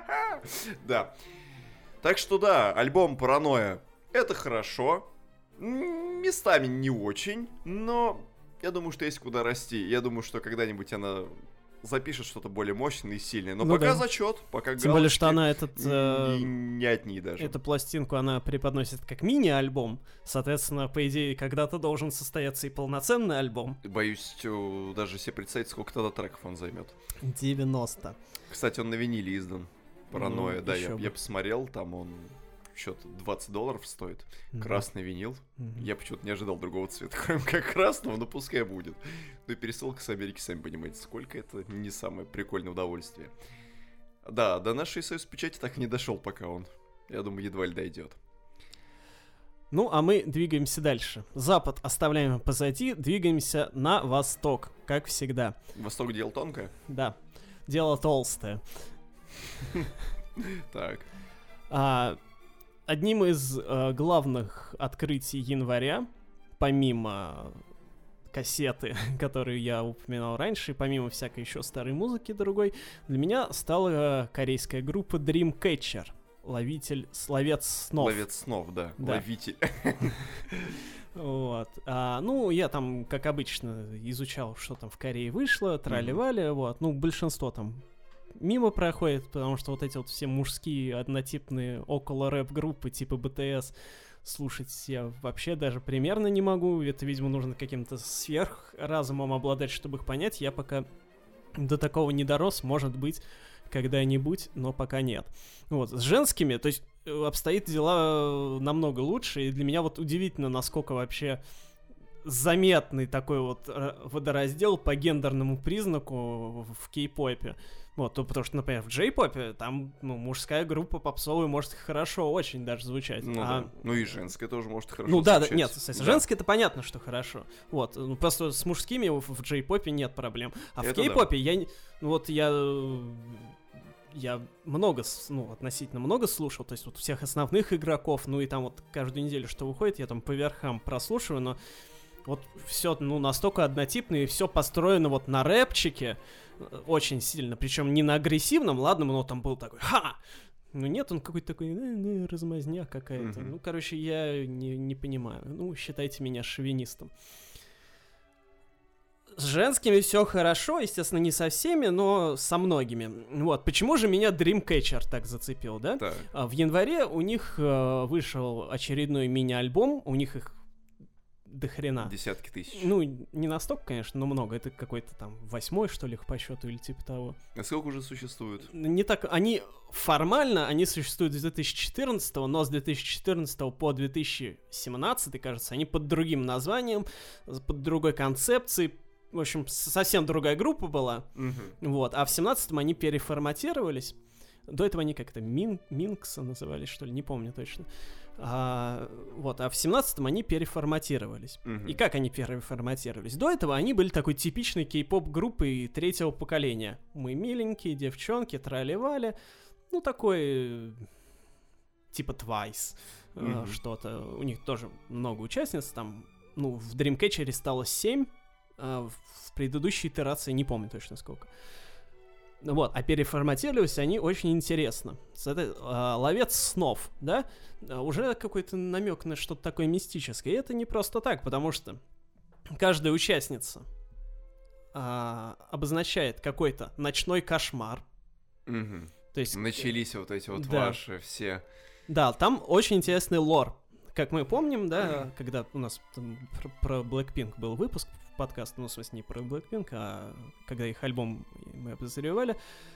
Да. Так что да, альбом «Паранойя» — это хорошо. Местами не очень, но я думаю, что есть куда расти. Я думаю, что когда-нибудь она запишет что-то более мощное и сильное. Но Ну пока да. зачет, пока Тем более, что галочки она не от ней даже. эту пластинку она преподносит как мини-альбом. Соответственно, по идее, когда-то должен состояться и полноценный альбом. Боюсь даже себе представить, сколько тогда треков он займет. 90. Кстати, он на виниле издан. «Паранойя», Ну, да, ещё бы. я посмотрел, там он что-то $20 стоит. Красный винил. Мгм. Я почему-то не ожидал другого цвета, кроме как красного, но пускай будет. Ну и пересылка с Америки, сами понимаете, сколько это не самое прикольное удовольствие. Да, до нашей союз печати так и не дошел пока он. Я думаю, едва ли дойдет. Ну, а мы двигаемся дальше. Запад оставляем позади, двигаемся на восток, как всегда. Восток дело тонкое? Да, дело толстое. Так. Одним из главных открытий января, помимо кассеты, которые я упоминал раньше, и помимо всякой еще старой музыки другой, для меня стала корейская группа Dreamcatcher. Ловец снов. Ловец снов, да. Ловитель. Вот. Ну, я там, как обычно, изучал, что там в Корее вышло, трали-вали, вот. Ну, большинство там мимо проходит, потому что вот эти вот все мужские однотипные около рэп-группы типа BTS слушать я вообще даже примерно не могу. Это, видимо, нужно каким-то сверхразумом обладать, чтобы их понять. Я пока до такого не дорос, может быть, когда-нибудь, но пока нет. Вот, с женскими, то есть обстоит дела намного лучше, и для меня вот удивительно, насколько вообще заметный такой вот водораздел по гендерному признаку в кей-попе. Вот, потому что, например, в джей-попе там мужская группа попсовая может хорошо очень даже звучать. Да. Ну и женская тоже может хорошо звучать. Нет, кстати, женская это понятно, что хорошо. Вот, просто с мужскими в джей-попе нет проблем. А в кей-попе я много, относительно много слушал, то есть вот всех основных игроков, ну и там вот каждую неделю, что выходит, я там по верхам прослушиваю, но вот все, настолько однотипно, и все построено вот на рэпчике очень сильно, причем не на агрессивном, ладно, но там был такой «Ха!», ну нет, он какой-то такой размазня какая-то, короче, я не понимаю, считайте меня шовинистом. С женскими все хорошо, естественно, не со всеми, но со многими. Вот, почему же меня Dreamcatcher так зацепил, да? Так. В январе у них вышел очередной мини-альбом, у них их дохрена. Десятки тысяч. Ну, не настолько, конечно, но много. Это какой-то там 8-й, что ли, по счету, или типа того. А сколько уже существует? Не так, формально существуют с 2014, но с 2014 по 2017, кажется, они под другим названием, под другой концепцией. В общем, совсем другая группа была. Вот. А в 17-м они переформатировались. До этого они как-то Минкса назывались, что ли, не помню точно. А в 17-м они переформатировались. И как они переформатировались? До этого они были такой типичной кей-поп группой третьего поколения. Мы миленькие, девчонки, трали-вали. Ну, такой типа Twice что-то. У них тоже много участниц. Там, в Dreamcatcher стало 7. В предыдущей итерации не помню точно сколько. Вот, а переформатировались они очень интересно. Ловец снов, да? Уже какой-то намек на что-то такое мистическое. И это не просто так, потому что каждая участница обозначает какой-то ночной кошмар. То есть начались вот эти вот ваши все... Да, там очень интересный лор. Как мы помним, да, когда у нас про Blackpink был выпуск подкаста, в смысле не про Blackpink, а когда их альбом мы обозревали,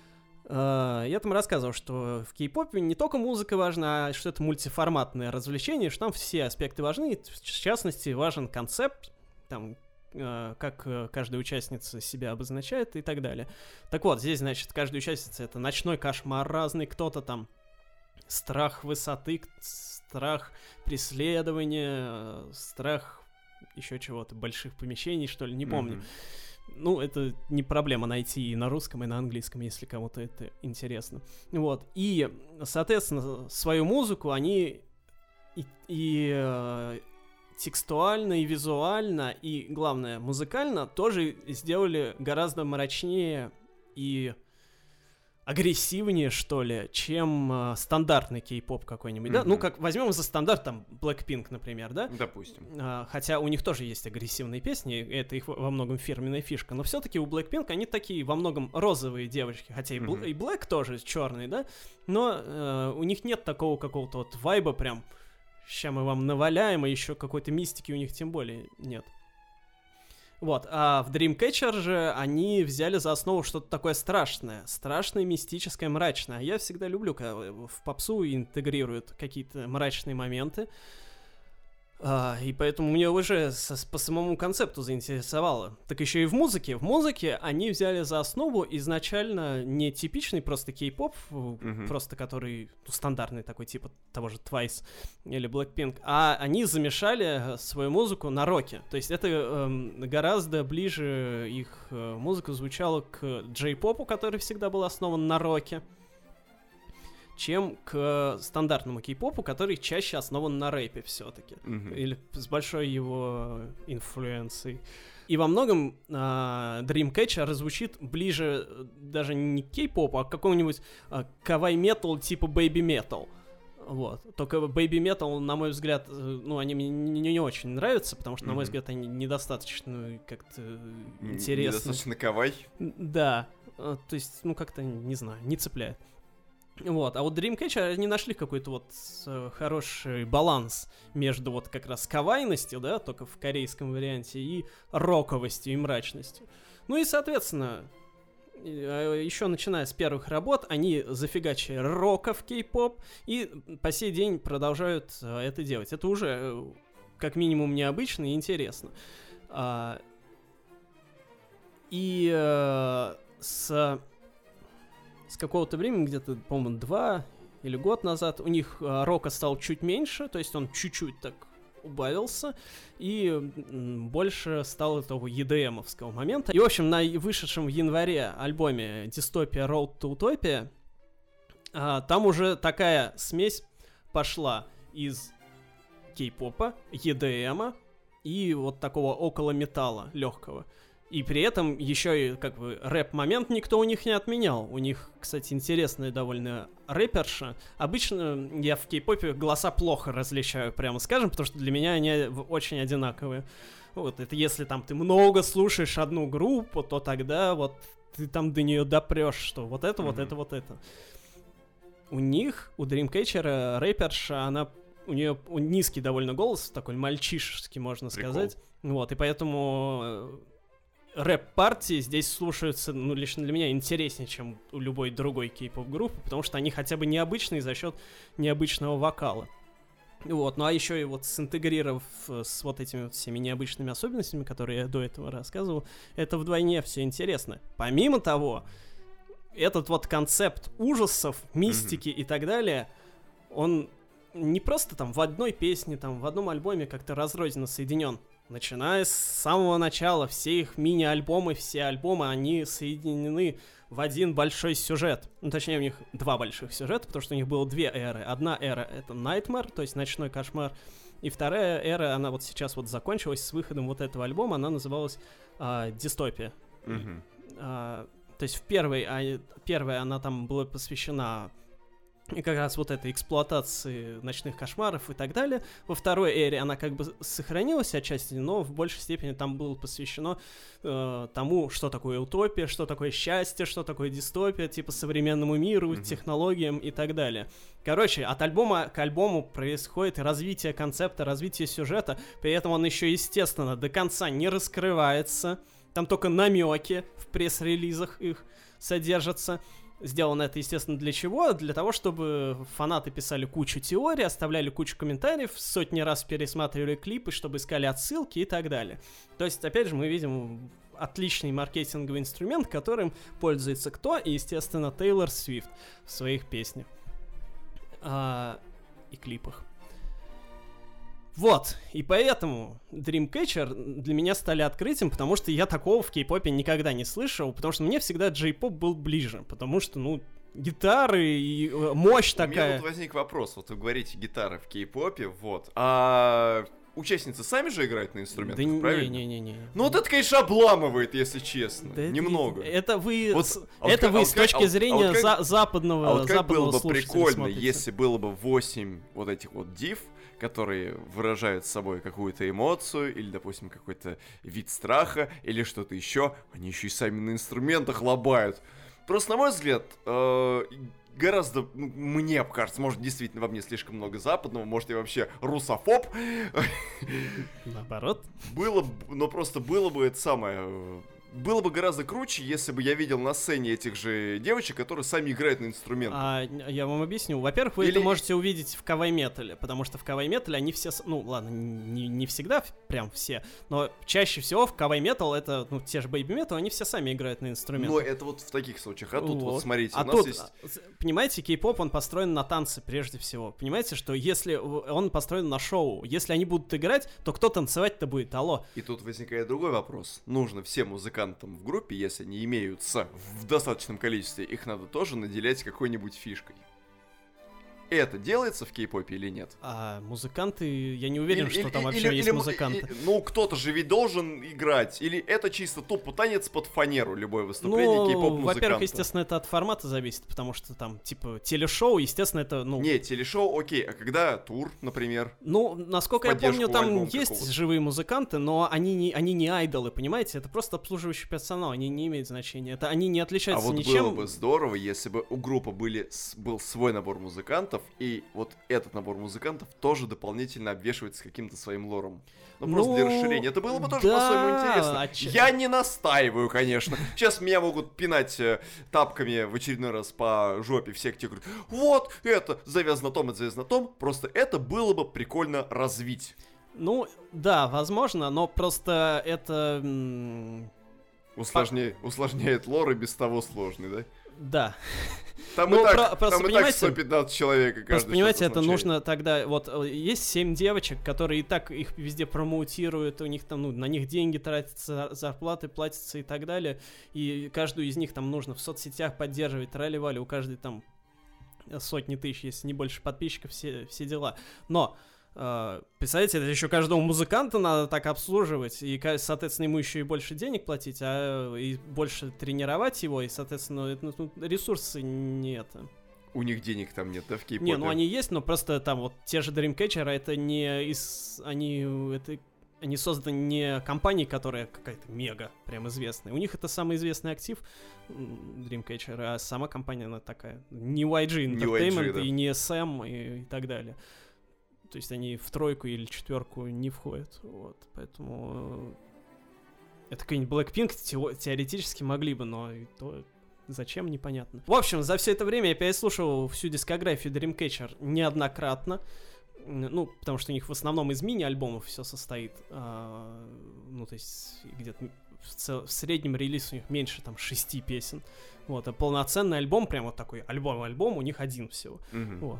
я там рассказывал, что в кей-попе не только музыка важна, а что это мультиформатное развлечение, что там все аспекты важны, в частности, важен концепт, там, как каждая участница себя обозначает и так далее. Так вот, здесь, значит, каждая участница — это ночной кошмар разный, кто-то там страх высоты, страх преследования, страх еще чего-то, больших помещений, что ли, не помню. Это не проблема найти и на русском, и на английском, если кому-то это интересно. Вот. И, соответственно, свою музыку они и текстуально, и визуально, и, главное, музыкально тоже сделали гораздо мрачнее и агрессивнее, что ли, чем стандартный кей-поп какой-нибудь, да? Как возьмем за стандарт, там, Blackpink, например, да? Допустим. Хотя у них тоже есть агрессивные песни, это их во многом фирменная фишка, но все-таки у Blackpink они такие во многом розовые девочки, хотя и Black тоже черный, да? Но у них нет такого какого-то вот вайба прям, ща мы вам наваляем, и еще какой-то мистики у них тем более нет. Вот, а в Dreamcatcher же они взяли за основу что-то такое страшное, мистическое, мрачное. Я всегда люблю, когда в попсу интегрируют какие-то мрачные моменты. И поэтому мне уже по самому концепту заинтересовало. Так еще и в музыке. В музыке они взяли за основу изначально не типичный просто кей-поп, просто который стандартный такой, типа того же Twice или Blackpink, а они замешали свою музыку на роке. То есть это гораздо ближе их музыка звучала к джей-попу, который всегда был основан на роке, чем к стандартному кей-попу, который чаще основан на рэпе все-таки. Или с большой его инфлюенцией. И во многом Dreamcatcher звучит ближе даже не к кей-попу, а к какому-нибудь кавай-метал типа Baby Metal. Вот. Только Baby Metal, на мой взгляд, ну, они мне не очень нравятся, потому что, на мой взгляд, они недостаточно как-то интересны. Недостаточно кавай. Да. То есть, ну, как-то, не знаю, не цепляет. Вот, а вот Dreamcatcher, они нашли какой-то вот хороший баланс между вот как раз кавайностью, да, только в корейском варианте, и роковостью, и мрачностью. Ну и, соответственно, еще начиная с первых работ, они зафигачили рока в кей-поп, и по сей день продолжают это делать. Это уже как минимум необычно и интересно. И с какого-то времени, где-то, по-моему, 2 или год назад, у них рока стал чуть меньше, то есть он чуть-чуть так убавился, и больше стало этого EDM-овского момента. И, в общем, на вышедшем в январе альбоме Dystopia Road to Utopia там уже такая смесь пошла из кей-попа, EDM-а и вот такого около-металла легкого. И при этом еще и как бы рэп-момент никто у них не отменял. У них, кстати, интересная довольно рэперша. Обычно я в кей-попе голоса плохо различаю, прямо скажем, потому что для меня они очень одинаковые. Вот, это если там ты много слушаешь одну группу, то тогда вот ты там до нее допрешь, что вот это, вот это, вот это. У них, у Dreamcatcher рэперша, у нее низкий довольно голос, такой мальчишеский, можно сказать. Вот, и поэтому рэп-партии здесь слушаются, ну, лично для меня, интереснее, чем у любой другой кей-поп-группы, потому что они хотя бы необычные за счет необычного вокала. Вот, ну а еще и вот синтегрировав с вот этими вот всеми необычными особенностями, которые я до этого рассказывал, это вдвойне все интересно. Помимо того, этот вот концепт ужасов, мистики и так далее, он не просто там в одной песне, там в одном альбоме как-то разрозненно соединен. Начиная с самого начала, все их мини-альбомы, все альбомы, они соединены в один большой сюжет. Ну, точнее, у них 2 больших сюжета, потому что у них было 2 эры. Одна эра — это Nightmare, то есть ночной кошмар. И вторая эра, она вот сейчас вот закончилась с выходом вот этого альбома, она называлась Dystopia. То есть в первой она там была посвящена и как раз вот этой эксплуатации ночных кошмаров и так далее. Во второй эре она как бы сохранилась отчасти, но в большей степени там было посвящено тому, что такое утопия, что такое счастье, что такое дистопия, типа современному миру, технологиям и так далее. Короче, от альбома к альбому происходит развитие концепта, развитие сюжета, при этом он еще, естественно, до конца не раскрывается. Там только намеки в пресс-релизах их содержатся. Сделано это, естественно, для чего? Для того, чтобы фанаты писали кучу теорий, оставляли кучу комментариев, сотни раз пересматривали клипы, чтобы искали отсылки и так далее. То есть, опять же, мы видим отличный маркетинговый инструмент, которым пользуется кто? И, естественно, Тейлор Свифт в своих песнях и клипах. Вот, и поэтому Dreamcatcher для меня стали открытием, потому что я такого в кей-попе никогда не слышал, потому что мне всегда джей-поп был ближе, потому что, ну, гитары и мощь такая. У меня вот возник вопрос, вот вы говорите гитары в кей-попе, вот, а участницы сами же играют на инструментах, да правильно? Не. Ну вот это, конечно, обламывает, если честно, да немного. Это вы, вот, с точки зрения западного слушателя. А вот как было бы прикольно, смотрите. если было бы 8 вот этих вот див, которые выражают собой какую-то эмоцию, или, допустим, какой-то вид страха, или что-то еще, они еще и сами на инструментах лобают. Просто, на мой взгляд, гораздо, мне кажется, может, действительно во мне слишком много западного, может, я вообще русофоб. Наоборот. Было бы это самое... Было бы гораздо круче, если бы я видел на сцене этих же девочек, которые сами играют на инструментах. Я вам объясню. Во-первых, вы это можете увидеть в кавай-метале, потому что в кавай-метале они все... Ну, ладно, не всегда прям все, но чаще всего в кавай-метал это, ну, те же бэйби-метал, они все сами играют на инструментах. Но это вот в таких случаях. А тут вот смотрите, у нас есть... Понимаете, кей-поп, он построен на танцы прежде всего. Понимаете, что если он построен на шоу, если они будут играть, то кто танцевать-то будет? Алло. И тут возникает другой вопрос. Нужно всем музыкантам в группе, если они имеются в достаточном количестве, их надо тоже наделять какой-нибудь фишкой. Это делается в кей-попе или нет? А музыканты, я не уверен, что там вообще есть музыканты. Ну, кто-то же ведь должен играть. Или это чисто тупо танец под фанеру, любое выступление кей-поп-музыканта? Во-первых, естественно, это от формата зависит, потому что там, типа, телешоу, естественно, это, Не, телешоу, окей, а когда тур, например? Ну, насколько я помню, там есть живые музыканты, но они не айдолы, понимаете? Это просто обслуживающий персонал, они не имеют значения. Они не отличаются ничем. А вот было бы здорово, если бы у группы был свой набор музыкантов, и вот этот набор музыкантов тоже дополнительно обвешивается каким-то своим лором. Ну, просто для расширения. Это было бы тоже по-своему интересно. Я не настаиваю, конечно. Сейчас меня могут пинать тапками в очередной раз по жопе всех тех, говорят, вот, это завязано на том, это завязано на том. Просто это было бы прикольно развить. Ну, да, возможно, но просто это... Усложняет лор и без того сложный, да? Да. Там и так 115 человек. Просто, понимаете, это нужно тогда... Вот есть 7 девочек, которые и так их везде промоутируют, у них там, ну, на них деньги тратятся, зарплаты платятся и так далее. И каждую из них там нужно в соцсетях поддерживать, трали-вали, у каждой там сотни тысяч, если не больше подписчиков, все дела. Но... представляете, это еще каждому музыканту надо так обслуживать, и, соответственно, ему еще и больше денег платить, и больше тренировать его, и, соответственно, ресурсы нет. У них денег там нет, да, в кей-попе? Не, ну они есть, но просто там вот те же Dreamcatcher, это не они созданы не компанией, которая какая-то мега прям известная. У них это самый известный актив Dreamcatcher, а сама компания, она такая, не YG Entertainment, да. И не SM и так далее. То есть они в тройку или четверку не входят. Вот, поэтому это какой-нибудь Blackpink теоретически могли бы, но и то зачем, непонятно. В общем, за все это время я переслушал всю дискографию Dreamcatcher неоднократно. Ну, потому что у них в основном из мини-альбомов все состоит. Ну, то есть где-то в среднем релиз у них меньше там 6 песен. Вот, а полноценный альбом, прям вот такой альбом у них один всего. Вот.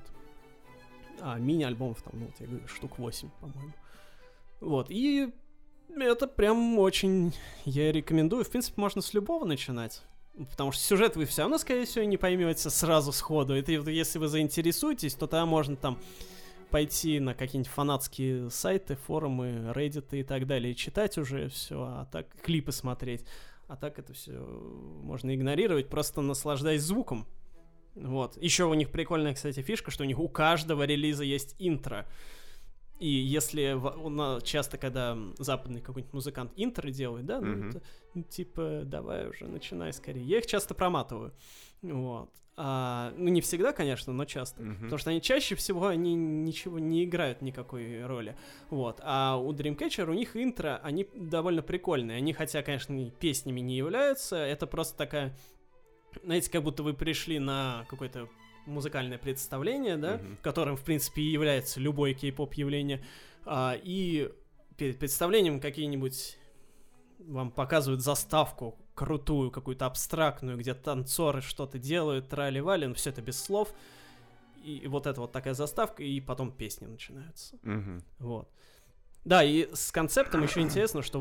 А мини-альбомов там, ну, вот я говорю, штук 8, по-моему. Вот, и это прям очень... Я рекомендую. В принципе, можно с любого начинать. Потому что сюжет вы все равно, скорее всего, не поймете сразу сходу. Это если вы заинтересуетесь, то тогда можно там пойти на какие-нибудь фанатские сайты, форумы, Reddit и так далее, и читать уже все, а так клипы смотреть. А так это все можно игнорировать, просто наслаждаясь звуком. Вот. Еще у них прикольная, кстати, фишка, что у них у каждого релиза есть интро. И если часто, когда западный какой-нибудь музыкант интро делает, да, ну, это, типа, давай уже, начинай скорее. Я их часто проматываю. Вот. Ну, не всегда, конечно, но часто. Потому что они чаще всего ничего не играют никакой роли. Вот. А у Dreamcatcher у них интро, они довольно прикольные. Они, хотя, конечно, песнями не являются, это просто такая... Знаете, как будто вы пришли на какое-то музыкальное представление, да, которым, в принципе, и является любое кей-поп явление, и перед представлением какие-нибудь вам показывают заставку крутую, какую-то абстрактную, где танцоры что-то делают, трали-вали, но все это без слов, и вот это вот такая заставка, и потом песни начинаются. Вот. Да, и с концептом еще интересно, что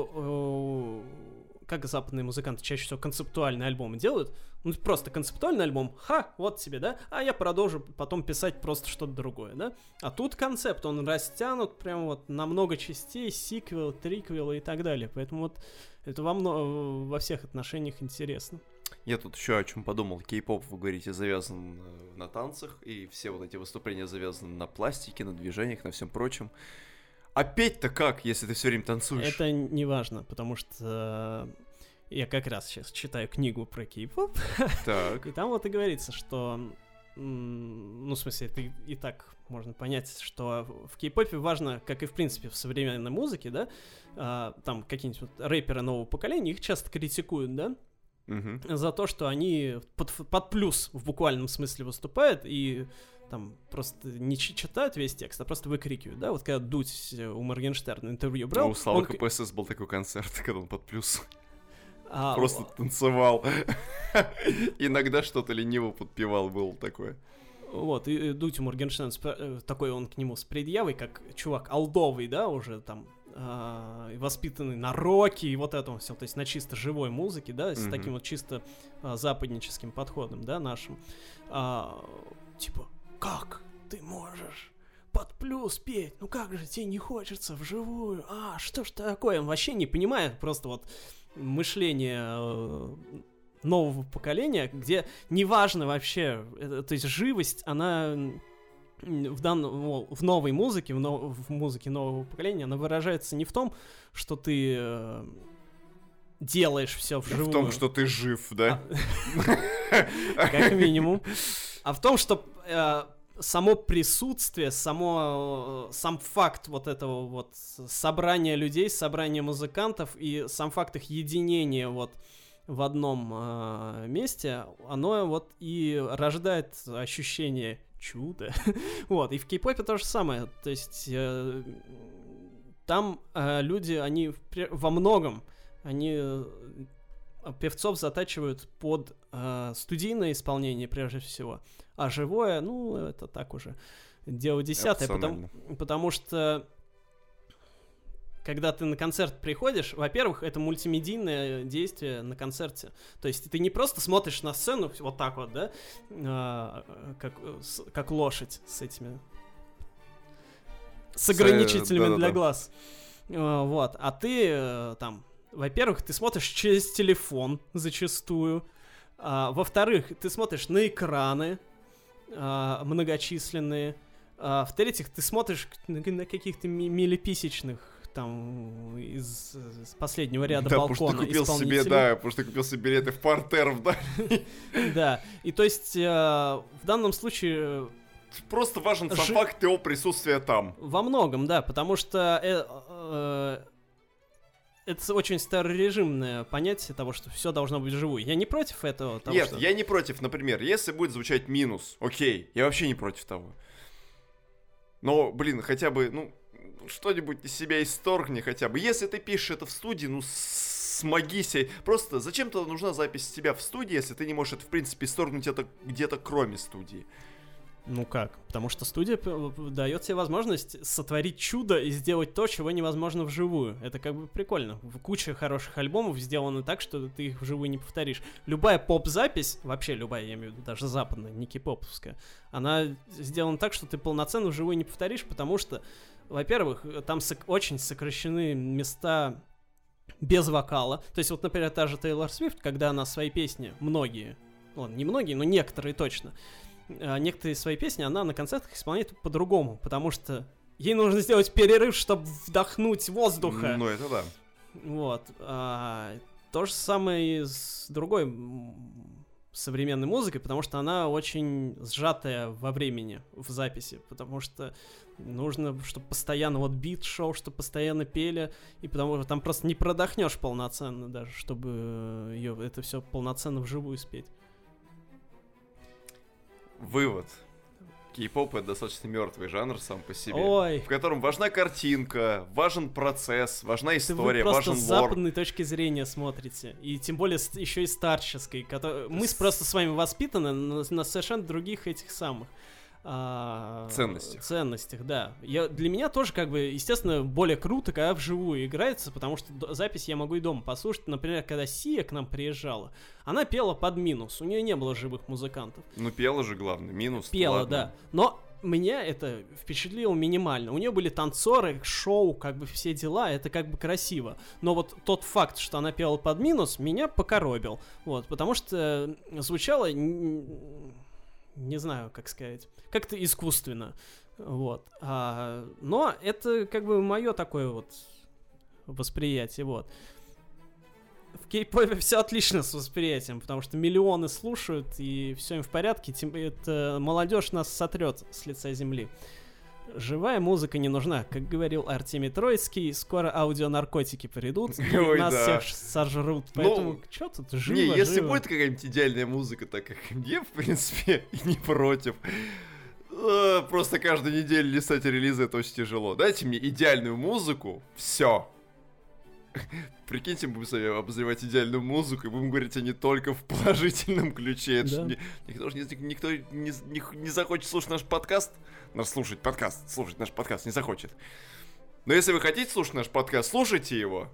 вот как западные музыканты чаще всего концептуальные альбомы делают. Ну, просто концептуальный альбом, вот тебе, да? А я продолжу потом писать просто что-то другое, да? А тут концепт, он растянут прям вот на много частей, сиквел, триквел и так далее. Поэтому вот это во всех отношениях интересно. Я тут еще о чем подумал. Кей-поп, вы говорите, завязан на танцах, и все вот эти выступления завязаны на пластике, на движениях, на всем прочем. А петь-то как, если ты все время танцуешь? Это не важно, потому что я как раз сейчас читаю книгу про кей-поп. Так. И там вот и говорится, что... Ну, в смысле, это и так можно понять, что в кей-попе важно, как и в принципе в современной музыке, да, там какие-нибудь вот рэперы нового поколения, их часто критикуют, да, за то, что они под плюс в буквальном смысле выступают и там просто не читают весь текст, а просто выкрикивают, да, вот когда Дудь у Моргенштерна интервью брал. У Славы КПСС был такой концерт, когда он под плюс просто танцевал. Иногда что-то лениво подпевал, было такое. Вот, и Дудь у Моргенштерна, такой он к нему с предъявой, как чувак олдовый, да, уже там, воспитанный на роке и вот этом всем, то есть на чисто живой музыке, да, с таким вот чисто западническим подходом, да, нашим. Типа, как ты можешь под плюс петь? Ну как же тебе не хочется вживую? А, что ж такое? Он вообще не понимает просто вот мышление нового поколения, где неважно вообще, то есть живость, она в новой музыке, в музыке нового поколения, она выражается не в том, что ты делаешь все вживую. В том, что ты жив, да? Как минимум. А в том, что само присутствие, сам факт вот этого вот собрания людей, собрания музыкантов и сам факт их единения вот в одном месте, оно вот и рождает ощущение чуда. Вот, и в кей-попе то же самое. То есть там люди, они во многом, они певцов затачивают под студийное исполнение прежде всего. А живое, ну, это так уже дело десятое. Потому что когда ты на концерт приходишь, во-первых, это мультимедийное действие на концерте. То есть ты не просто смотришь на сцену вот так вот, да, как лошадь с этими... с ограничителями для глаз. Вот. А ты там... Во-первых, ты смотришь через телефон зачастую. Во-вторых, ты смотришь на экраны многочисленные. В-третьих, ты смотришь на каких-то милиписечных там из последнего ряда балкона исполнителей. Потому что ты купил себе билеты в партер, да? Да. И то есть в данном случае... Просто важен сам факт его присутствия там. Во многом, да, потому что... это очень старорежимное понятие того, что все должно быть вживую. Я не против этого. Нет, я не против, например, если будет звучать минус, окей, я вообще не против того. Но, блин, хотя бы, ну, что-нибудь из себя исторгни хотя бы. Если ты пишешь это в студии, ну, смогись. Просто зачем-то нужна запись тебя в студии, если ты не можешь это, в принципе, исторгнуть это где-то кроме студии. Ну как? Потому что студия дает тебе возможность сотворить чудо и сделать то, чего невозможно вживую. Это как бы прикольно. Куча хороших альбомов сделаны так, что ты их вживую не повторишь. Любая поп-запись, вообще любая, я имею в виду, даже западная, не кей-поповская, она сделана так, что ты полноценно вживую не повторишь, потому что, во-первых, там очень сокращены места без вокала. То есть вот, например, та же Тейлор Свифт, когда она свои песни, многие, ладно, не многие, но некоторые точно, некоторые свои песни она на концертах исполняет по-другому, потому что ей нужно сделать перерыв, чтобы вдохнуть воздуха. Ну, это да. Вот. То же самое и с другой современной музыкой, потому что она очень сжатая во времени в записи, потому что нужно, чтобы постоянно вот бит шел, чтобы постоянно пели, и потому что там просто не продохнешь полноценно даже, чтобы это все полноценно вживую спеть. Вывод. Кей-поп — это достаточно мертвый жанр сам по себе. Ой. В котором важна картинка, важен процесс, важна история, важен лор. Вы просто с западной точки зрения смотрите. И тем более еще и старческой. Мы просто с вами воспитаны на совершенно других этих самых... ценностях, да. Для меня тоже, как бы, естественно, более круто, когда вживую играется, потому что запись я могу и дома послушать. Например, когда Сия к нам приезжала, она пела под минус, у нее не было живых музыкантов. Ну, пела же, главное, минус. Пела, ладно. да. Но меня это впечатлило минимально. У нее были танцоры, шоу, как бы все дела, это как бы красиво. Но вот тот факт, что она пела под минус, меня покоробил. Вот, потому что звучало... не знаю, как сказать, как-то искусственно, вот. Но это как бы мое такое вот восприятие, вот. В кей-попе все отлично с восприятием, потому что миллионы слушают, и все им в порядке, это молодежь нас сотрет с лица земли. Живая музыка не нужна. Как говорил Артемий Троицкий, скоро аудионаркотики придут, и нас всех сожрут. Поэтому, что тут живо, не, если живо. будет какая-нибудь идеальная музыка, так как мне, в принципе, и не против. Просто каждую неделю листать релизы — это очень тяжело. Дайте мне идеальную музыку, все. Прикиньте, мы будем с вами обозревать идеальную музыку, и будем говорить о ней только в положительном ключе. Да. Никто не захочет слушать наш подкаст. Слушать наш подкаст не захочет. Но если вы хотите слушать наш подкаст, слушайте его.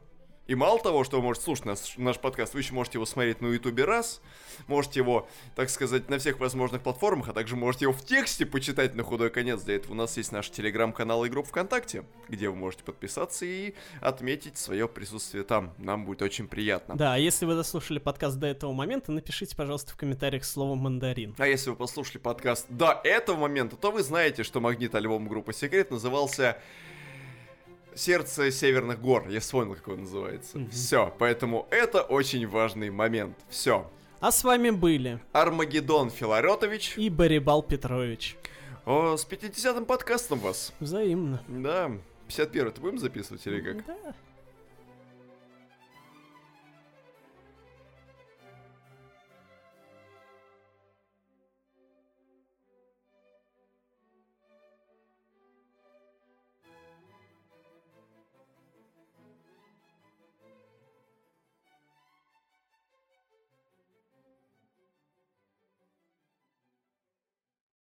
И мало того, что вы можете слушать наш подкаст, вы еще можете его смотреть на Ютубе раз, можете его, так сказать, на всех возможных платформах, а также можете его в тексте почитать на худой конец. Для этого у нас есть наш телеграм-канал и группа ВКонтакте, где вы можете подписаться и отметить свое присутствие там. Нам будет очень приятно. Да, а если вы дослушали подкаст до этого момента, напишите, пожалуйста, в комментариях слово «мандарин». А если вы послушали подкаст до этого момента, то вы знаете, что магнит-альбом группы Секрет назывался «Сердце Северных гор». Я вспомнил, как он называется. Все, поэтому это очень важный момент. Все. А с вами были Армагеддон Филаретович и Барибал Петрович. С 50-м подкастом вас. Взаимно. Да, 51-й будем записывать или как? Да.